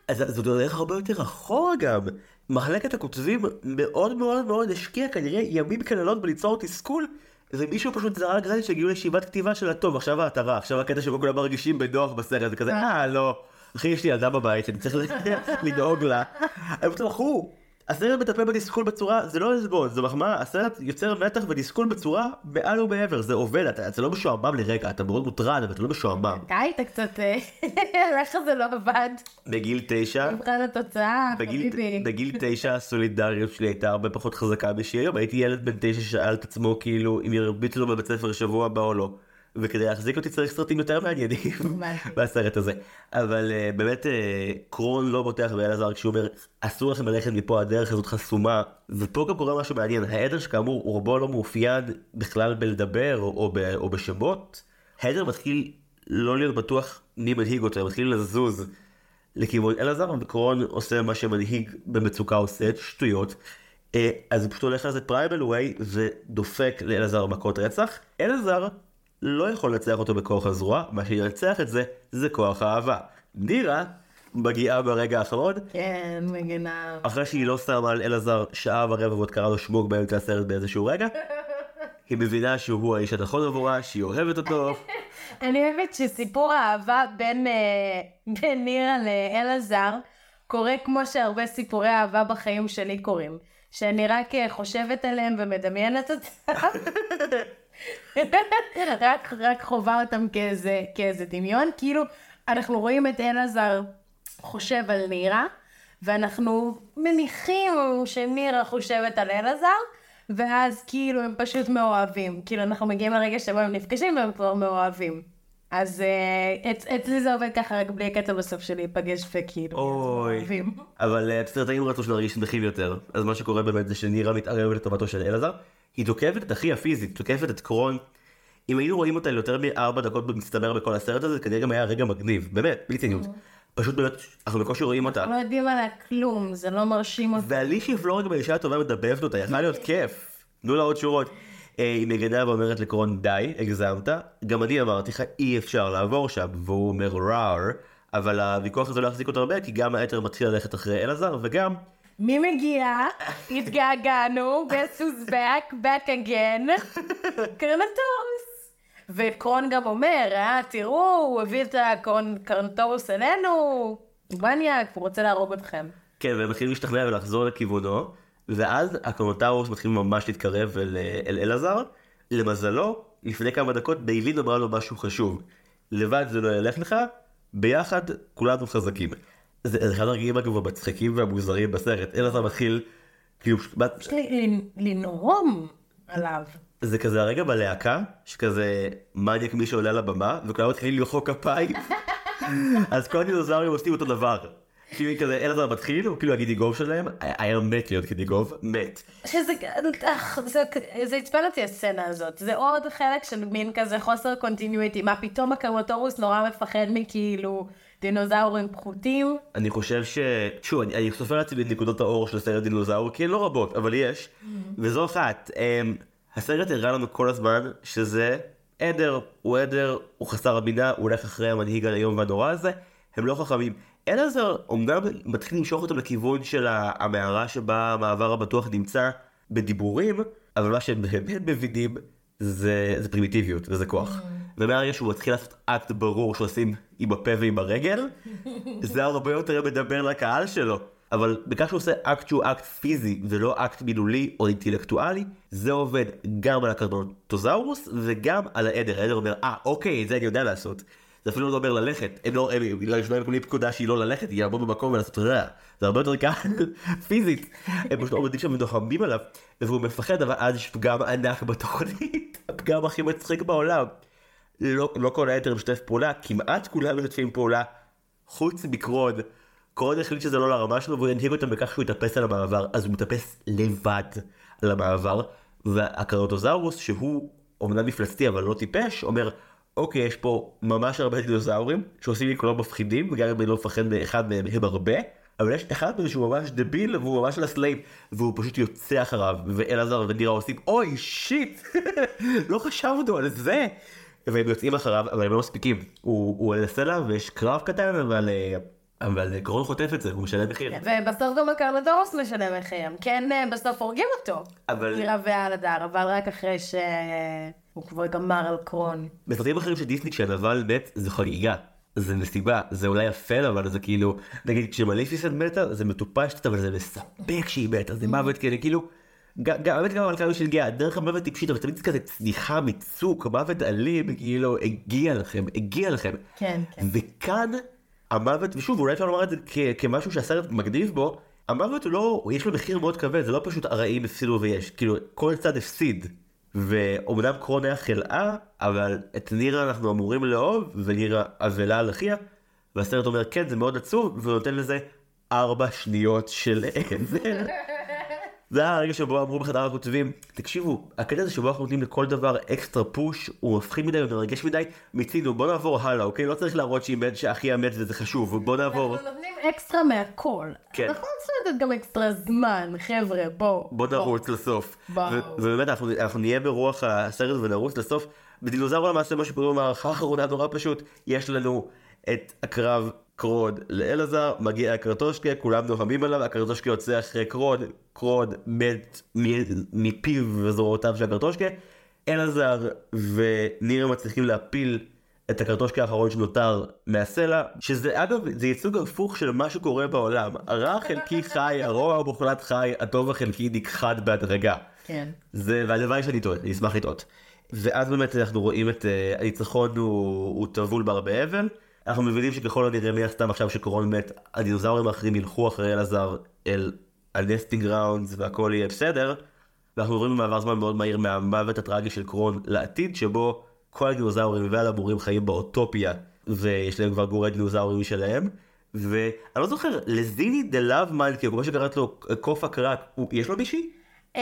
אז זאת דרך הרבה יותר אחורה גם. מחלקת הכותבים מאוד מאוד מאוד השקיע כנראה ימים כלילות בליצור תסכול, ומישהו פשוט זרק זה שהגיעו לישיבת כתיבה של הטוב, עכשיו ההתרה, עכשיו הקטע שבו כולם מרגישים בנוח בסרט, זה כזה, לא, אחי יש לי ילדה בבית, אני צריך לדאוג לה. הם פתחו, הסרט מטפל בתסכול בצורה, זה לא לסבון, זה מחמאה, הסרט יוצר מתח ותסכול בצורה מעל ומעבר, זה עובד, אתה לא משועמם לרגע, אתה מאוד מוטרד, אבל אתה לא משועמם. אתה היית קצת, איך זה לא עבד? בגיל 9, מבחן התוצאה, חביבי. בגיל 9 הסולידריות שלי הייתה הרבה פחות חזקה משהיא היום, הייתי ילד בן 9 ששאל את עצמו כאילו אם ירביצו לו בבית ספר שבוע הבא או לא. וכדי להחזיק אותי צריך סרטים יותר מעניינים בסרט הזה. אבל באמת קרון לא בוטח באלעזר כשהוא אומר אסור לכם ללכת מפה, הדרך הזאת חסומה. ופה גם קורה משהו מעניין, העדר שכאמור הוא רובו לא מאופיין בכלל בלדבר או בשמות. העדר מתחיל לא להיות בטוח מי מנהיג אותו, מתחיל לזוז לכיוון אלעזר, וקרון עושה מה שמנהיג במצוקה עושה, שטויות. אז הוא פשוט הולך לזה פרייבל ווי ודופק לאלעזר מכות רצח. אלעזר לא יכול לנצח אותו בכוח הזרוע, מה שינצח את זה, זה כוח האהבה. נירה מגיעה ברגע האחרון. כן, מגנה. אחרי שהיא לא שמה על אלעזר שעה ורבע ועוד קרא לו שמוג באמצע הסרט באיזשהו רגע, היא מבינה שהוא האיש הנכון עבורה, שהיא אוהבת אותו. אני אוהבת שסיפור האהבה בין נירה לאלעזר קורה כמו שהרבה סיפורי אהבה בחיים שלי קורים. שאני רק חושבת עליהם ומדמיינת אותם. רק חובה אותם כאיזה דמיון, כאילו אנחנו רואים את אלעזר חושב על נירה, ואנחנו מניחים שנירה חושבת על אלעזר, ואז כאילו הם פשוט מאוהבים, כאילו אנחנו מגיעים לרגע שבו הם נפגשים והם כבר מאוהבים. אז אצלי זה עובד ככה רק בלי הקטע בסוף שלי להיפגש וכאילו מאוהבים. אבל הסרטאים רצו שנרגיש שמחים יותר, אז מה שקורה באמת זה שנירה מתערבת לטובתו של אלעזר, היא תוקפת את אחי הפיזית, תוקפת את קרון. אם היינו רואים אותה יותר מ4 דקות במצטבר בכל הסרט הזה, כנראה גם היה רגע מגניב, באמת, בלי ציניות. פשוט באמת, אנחנו בקושי רואים אותה. לא יודעים עליה כלום, זה לא מרשים אותה. ואלישיה פלוריק באישה הטובה מדבבת אותה, יכלה להיות כיף. תנו לה עוד שורות. היא מגנה ואומרת לקרון די, הגזמת. גם אני אמרתי לך, אי אפשר לעבור שם, והוא אומר ראר, אבל הוויכוח הזה לא יחזיק אותו הרבה, כי גם היתר מתחיל ללכת אחרי אלעזר, וגם מי מגיע? התגעגענו, guess who's back again, קרנטורוס. וקרון גם אומר, תראו, הוא הביא את הקרנטורוס אלינו, בניאק, הוא רוצה להרוג אתכם. כן, והם מתחילים להשתכנע ולחזור לכיוונו, ואז הקרנטורוס מתחיל ממש להתקרב אל אלעזר. למזלו, לפני כמה דקות ביילין אמרה לו משהו חשוב. לבד זה לא ילך לך, ביחד כולנו חזקים. זה אחד הרגעים אגב המצחיקים והמוזרים בסרט. אלעזר מתחיל כאילו לנרום עליו. זה כזה הרגע בלהקה שכזה מניאק מי שעולה לבמה וכולם מתחילים למחוא כפיים. אז כל הדינוזאורים עושים אותו דבר. כאילו כזה אלעזר מתחיל הוא כאילו הגידיגוב שלהם היה מת להיות גידיגוב, מת. זה הצפן אותי הסצנה הזאת, זה עוד חלק של מין כזה חוסר קונטיניויטי, מה פתאום הקרנטורוס נורא מפחד מכאילו דינוזאורים פחותים. אני חושב שוב, אני סופר לעצמי את נקודות האור של סרט דינוזאור, כי לא רבות, אבל יש, וזו אחת. הסרט הראה לנו כל הזמן שזה עדר, הוא חסר הבינה, הוא הולך אחרי המנהיג האיום והנורא הזה, הם לא חכמים. אלעזר אומנם מתחיל למשוך אותם לכיוון של המערה שבה המעבר הבטוח נמצא בדיבורים, אבל מה שהם באמת מבינים זה פרימיטיביות וזה כוח. ומהרגע שהוא מתחיל לעשות אקט ברור שעושים עם הפה ועם הרגל, זה הרבה יותר מדבר לקהל שלו. אבל בכך שהוא עושה אקט שהוא אקט פיזי ולא אקט מילולי או אינטלקטואלי, זה עובד גם על הקרנטוזאורוס וגם על העדר. העדר אומר, אוקיי, את זה אני יודע לעשות. זה אפילו לא אומר ללכת, הם לא מקבלים פקודה שהיא לא ללכת, היא יעמוד במקום ולעשות רע. זה הרבה יותר קל פיזית. הם פשוט עומדים שם ודוחמים עליו, והוא מפחד, אבל אז יש פגם ענק בתוכנית. הפגם הכי מצחיק בעולם. לא כל היתר משתף פעולה, כמעט כולם משתפים פעולה, חוץ מקרון. קרון החליט שזה לא לרמה שלו, והוא ינהיג אותם בכך שהוא יתאפס על המעבר, אז הוא מתאפס לבד על המעבר, והקרנטוזאורוס, שהוא אומנם מפלצתי אבל לא טיפש, אומר, אוקיי, יש פה ממש הרבה דינוזאורים, שעושים לי כולם מפחידים, וגם אם אני לא מפחד מאחד מהם הם הרבה, אבל יש אחד מהם שהוא ממש דביל, והוא ממש לסלייב, והוא פשוט יוצא אחריו, ואלעזר ונירה עושים, אוי, שיט, לא חשבנו על זה. והם יוצאים אחריו, אבל הם לא מספיקים. הוא על הסלע, ויש קרב קטן, אבל אבל קרון חוטף את זה, הוא משלם מחיר. ובסוף גם הקרנדורוס משלם מחיר. כן, בסוף הורגים אותו. מרבע על הדר, אבל רק אחרי שהוא כבר גמר על קרון. בסרטים אחרים של דיסני, כשהנבל מת, זה חגיגה. זה נסיבה, זה אולי יפה, אבל זה כאילו, נגיד, כשמליפיסנט מתה, זה מטופש, אבל זה מספק שהיא מתה, זה מוות כאילו, גם המלכה היו שהגיעה, דרך המוות טיפשית, אבל תמיד כזה צניחה מצוק, מוות אלים, כאילו, הגיע לכם. כן. וכאן, המוות, ושוב, אולי אפשר לומר את זה כמשהו שהסרט מגניב בו, המוות הוא לא, יש לו מחיר מאוד כבד, זה לא פשוט הרעים הפסידו ויש, כאילו, כל צד הפסיד. ואומנם קרון היה חלאה, אבל את נירה אנחנו אמורים לאהוב, ונירה אבלה על אחיה, והסרט אומר, כן, זה מאוד עצוב, ונותן לזה 4 שניות של עזר. זה היה הרגע שבו אמרו בחדר הכותבים, תקשיבו, הקטע הזה שבו אנחנו נותנים לכל דבר אקסטרה פוש, הוא מפחיד מדי, הוא מרגש מדי, מצינו, בוא נעבור הלאה, אוקיי? לא צריך להראות שאחיה מת וזה חשוב, בוא נעבור. אנחנו נותנים אקסטרה מהכל. כן. אנחנו נותנים גם אקסטרה זמן, חבר'ה, בוא נרוץ לסוף. ובאמת, אנחנו נהיה ברוח הסרט ונרוץ לסוף. בדינוזאור למעשה מה שפעמים במערכה האחרונה נורא פשוט, יש לנו את הקרב קרוד לאלעזר, מגיע הקרטושקה, כולם נוהמים עליו, הקרטושקה יוצא אחרי קרוד מת מפיו וזרועותיו של הקרטושקה, אלעזר ונירה מצליחים להפיל את הקרטושקה האחרון שנותר מהסלע, שזה אגב, זה ייצוג הפוך של מה שקורה בעולם, הרע החלקי חי, הרוע המוחלט חי, הטוב החלקי נכחד בהדרגה. כן. והלוואי שאני טועה, אני אשמח לטעות. ואז באמת אנחנו רואים את הניצחון הוא טבול בהרבה אבל, אנחנו מבינים שככל הנראה מי הסתם עכשיו שקרון מת, הדינוזאורים האחרים ילכו אחרי אלעזר אל הנסטינג ראונדס והכל יהיה בסדר, ואנחנו עוברים במעבר זמן מאוד מהיר מהמוות הטרגי של קרון לעתיד, שבו כל הדינוזאורים והלמורים חיים באוטופיה, ויש להם כבר גורי דינוזאורים שלהם, ואני לא זוכר, לזיני דה לאב מיינד, כמו שקראת לו קוף הקרק, יש לו מישהי?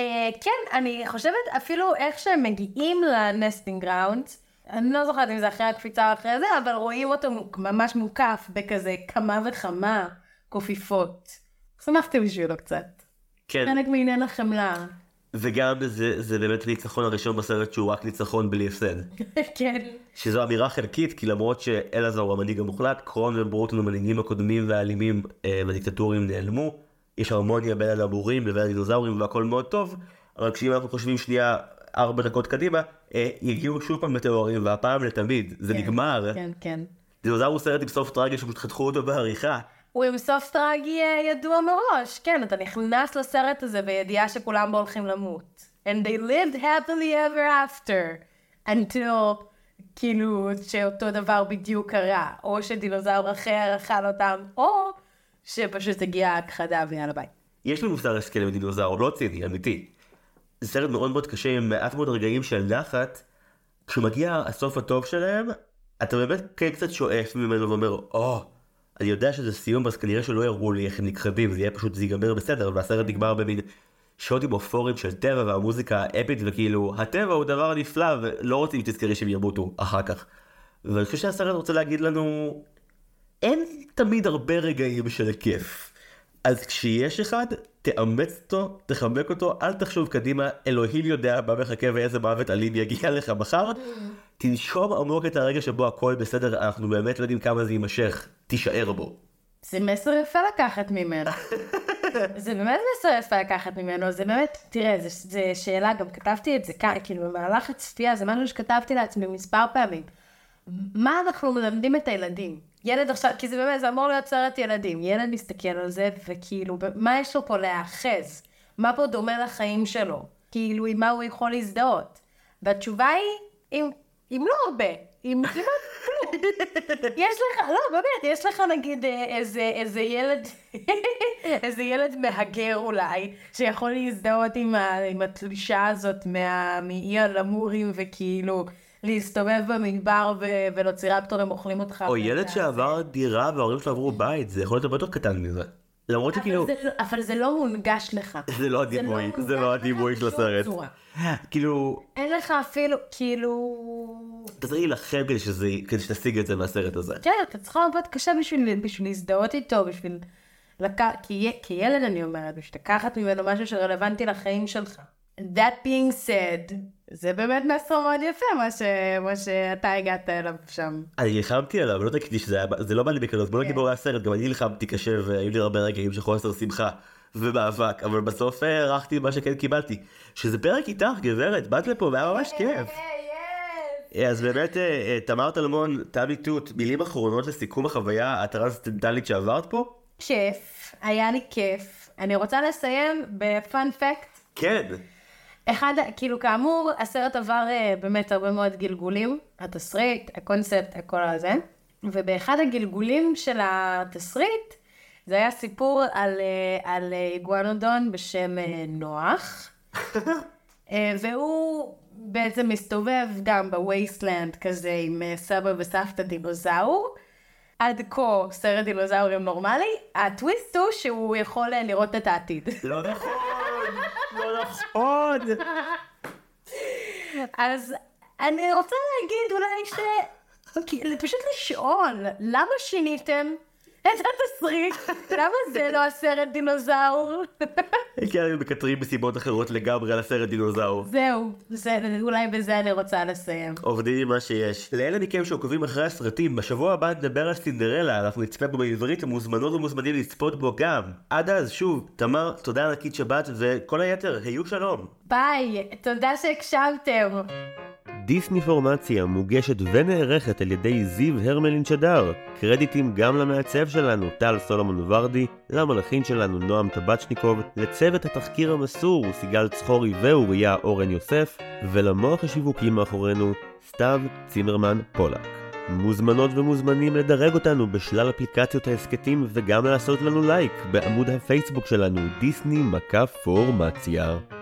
כן, אני חושבת אפילו איך שהם מגיעים לנסטינג ראונדס, אני לא זוכרת אם זה אחרי הקפיצה או אחרי זה, אבל רואים אותו ממש מוקף בכזה כמה וכמה קופיפות. שמחתי בשבילו קצת. כן. חלק מעניין החמלה. וגם זה באמת ניצחון הראשון בסרט שהוא רק ניצחון בלי הפסד. כן. שזו אמירה חלקית, כי למרות שאלעזר הוא המנהיג המוחלט, קרון וברוטון המנהיגים הקודמים והאלימים והדיקטטורים נעלמו. יש הרמוניה בין הלמורים לבין הדינוזאורים והכל מאוד טוב, אבל כשאם אנחנו חושבים שנייה 4 דקות קדימה, יגיעו שוב פעם מטאורים, והפעם לתמיד, זה נגמר. כן, כן. דינוזאור הוא סרט עם סוף טרגי שפשוט חתכו אותו בעריכה. הוא עם סוף טרגי ידוע מראש, כן, אתה נכנס לסרט הזה בידיעה שכולם בו הולכים למות. And they lived happily ever after, until, כאילו, שאותו דבר בדיוק קרה, או שדינוזאור אחר אכל אותם, או שפשוט הגיעה הכחדה ויאללה ביי. יש לי מוסר השכל עם דינוזאור, לא ציני, אמיתי. זה סרט מאוד מאוד קשה עם מעט מאוד רגעים של נחת, כשמגיע הסוף הטוב שלהם, אתה באמת כן קצת שואף ממנו ואומר, אני יודע שזה סיום, אז כנראה שלא יראו לי איך הם נכחדים, זה יהיה פשוט, זה ייגמר בסדר, והסרט נגמר במין שוטים אופוריים של טבע, והמוזיקה האפית, וכאילו, הטבע הוא דבר נפלא, ולא רוצים שתזכרי שהם ירבוטו אחר כך. ואני חושב שהסרט רוצה להגיד לנו, אין תמיד הרבה רגעים של כיף. אז כשיש אחד, תאמץ אותו, תחמק אותו, אל תחשוב קדימה, אלוהים יודע מה מחכה ואיזה מוות אלים יגיע לך מחר. תנשום עמוק את הרגע שבו הכל בסדר, אנחנו באמת לא יודעים כמה זה יימשך, תישאר בו. זה מסר יפה לקחת ממנו. זה באמת מסר יפה לקחת ממנו, זה באמת, תראה, זה שאלה, גם כתבתי את זה כאן, כאילו במהלך הצפייה, זה משהו שכתבתי לעצמי מספר פעמים. מה אנחנו מלמדים את הילדים? ילד עכשיו, כי זה באמת, זה אמור להיות סרט ילדים, ילד מסתכל על זה, וכאילו, מה יש לו פה להאחז? מה פה דומה לחיים שלו? כאילו, עם מה הוא יכול להזדהות? והתשובה היא, אם לא הרבה, אם כמעט כלום. יש לך, לא, באמת, יש לך נגיד איזה ילד, איזה ילד מהגר אולי, שיכול להזדהות עם התלישה הזאת מאי הלמורים, וכאילו, להסתובב במדבר ולצירפטורים אוכלים אותך. או ילד שעבר דירה וההורים שלו עברו בית, זה יכול להיות הרבה יותר קטן מזה. למרות שכאילו... אבל זה לא מונגש לך. זה לא הדימוי, זה לא הדימוי של הסרט. כאילו... אין לך אפילו, כאילו... אתה צריך להילחם כדי שתשיג את זה מהסרט הזה. כן, אתה צריך לעבוד קשה בשביל להזדהות איתו, בשביל... כילד אני אומרת, שתקחת ממנו משהו שרלוונטי לחיים שלך. That being said, זה באמת מסר מאוד יפה, מה שאתה הגעת אליו שם. אני נלחמתי עליו, לא תגידי שזה לא בא לי בקלות, בוא נגיד בורא הסרט, גם אני נלחמתי קשה, והיו לי הרבה רגעים של חוסר שמחה ומאבק, אבל בסוף ערכתי מה שכן קיבלתי. שזה פרק איתך, גברת, באת לפה, והיה ממש כיף. אז באמת, תמר טלמון, תמי תות, מילים אחרונות לסיכום החוויה הטרנסצנדנטלית שעברת פה? כיף, היה לי כיף. אני רוצה לסיים בפאנ פקט. כן. כאילו כאמור, הסרט עבר באמת הרבה מאוד גלגולים, התסריט, הקונספט, הכל הזה, ובאחד הגלגולים של התסריט, זה היה סיפור על איגואנודון בשם נוח, והוא בעצם מסתובב גם בווייסלנד כזה עם סבא וסבתא דינוזאור, עד כה סרט דינוזאורים נורמלי, הטוויסט הוא שהוא יכול לראות את העתיד. לא נכון, לא נכון. אז אני רוצה להגיד אולי פשוט לשאול, למה שיניתם את התסריט? למה זה לא הסרט דינוזאור? כי אנחנו מקטרים בסיבות אחרות לגמרי על הסרט דינוזאור. זהו, אולי בזה אני רוצה לסיים. עובדים עם מה שיש. לאלה מכם שעוקבים אחרי הסרטים, בשבוע הבא נדבר על סינדרלה, אנחנו נצפה בו בעברית, המוזמנות ומוזמנים לצפות בו גם. עד אז, שוב, תמר, תודה ענקית שבת, וכל היתר, היו שלום. ביי, תודה שהקשבתם. דיסני פורמציה מוגשת ונערכת על ידי זיו הרמלין שדר. קרדיטים גם למעצב שלנו, טל סולומון ורדי, למלחין שלנו, נועם טבצ'ניקוב, לצוות התחקיר המסור, סיגל צחורי ואוריה אורן יוסף, ולמוח השיווקים מאחורינו, סתיו צימרמן פולק. מוזמנות ומוזמנים לדרג אותנו בשלל אפליקציות העסקתים וגם לעשות לנו לייק בעמוד הפייסבוק שלנו, דיסני פורמציה.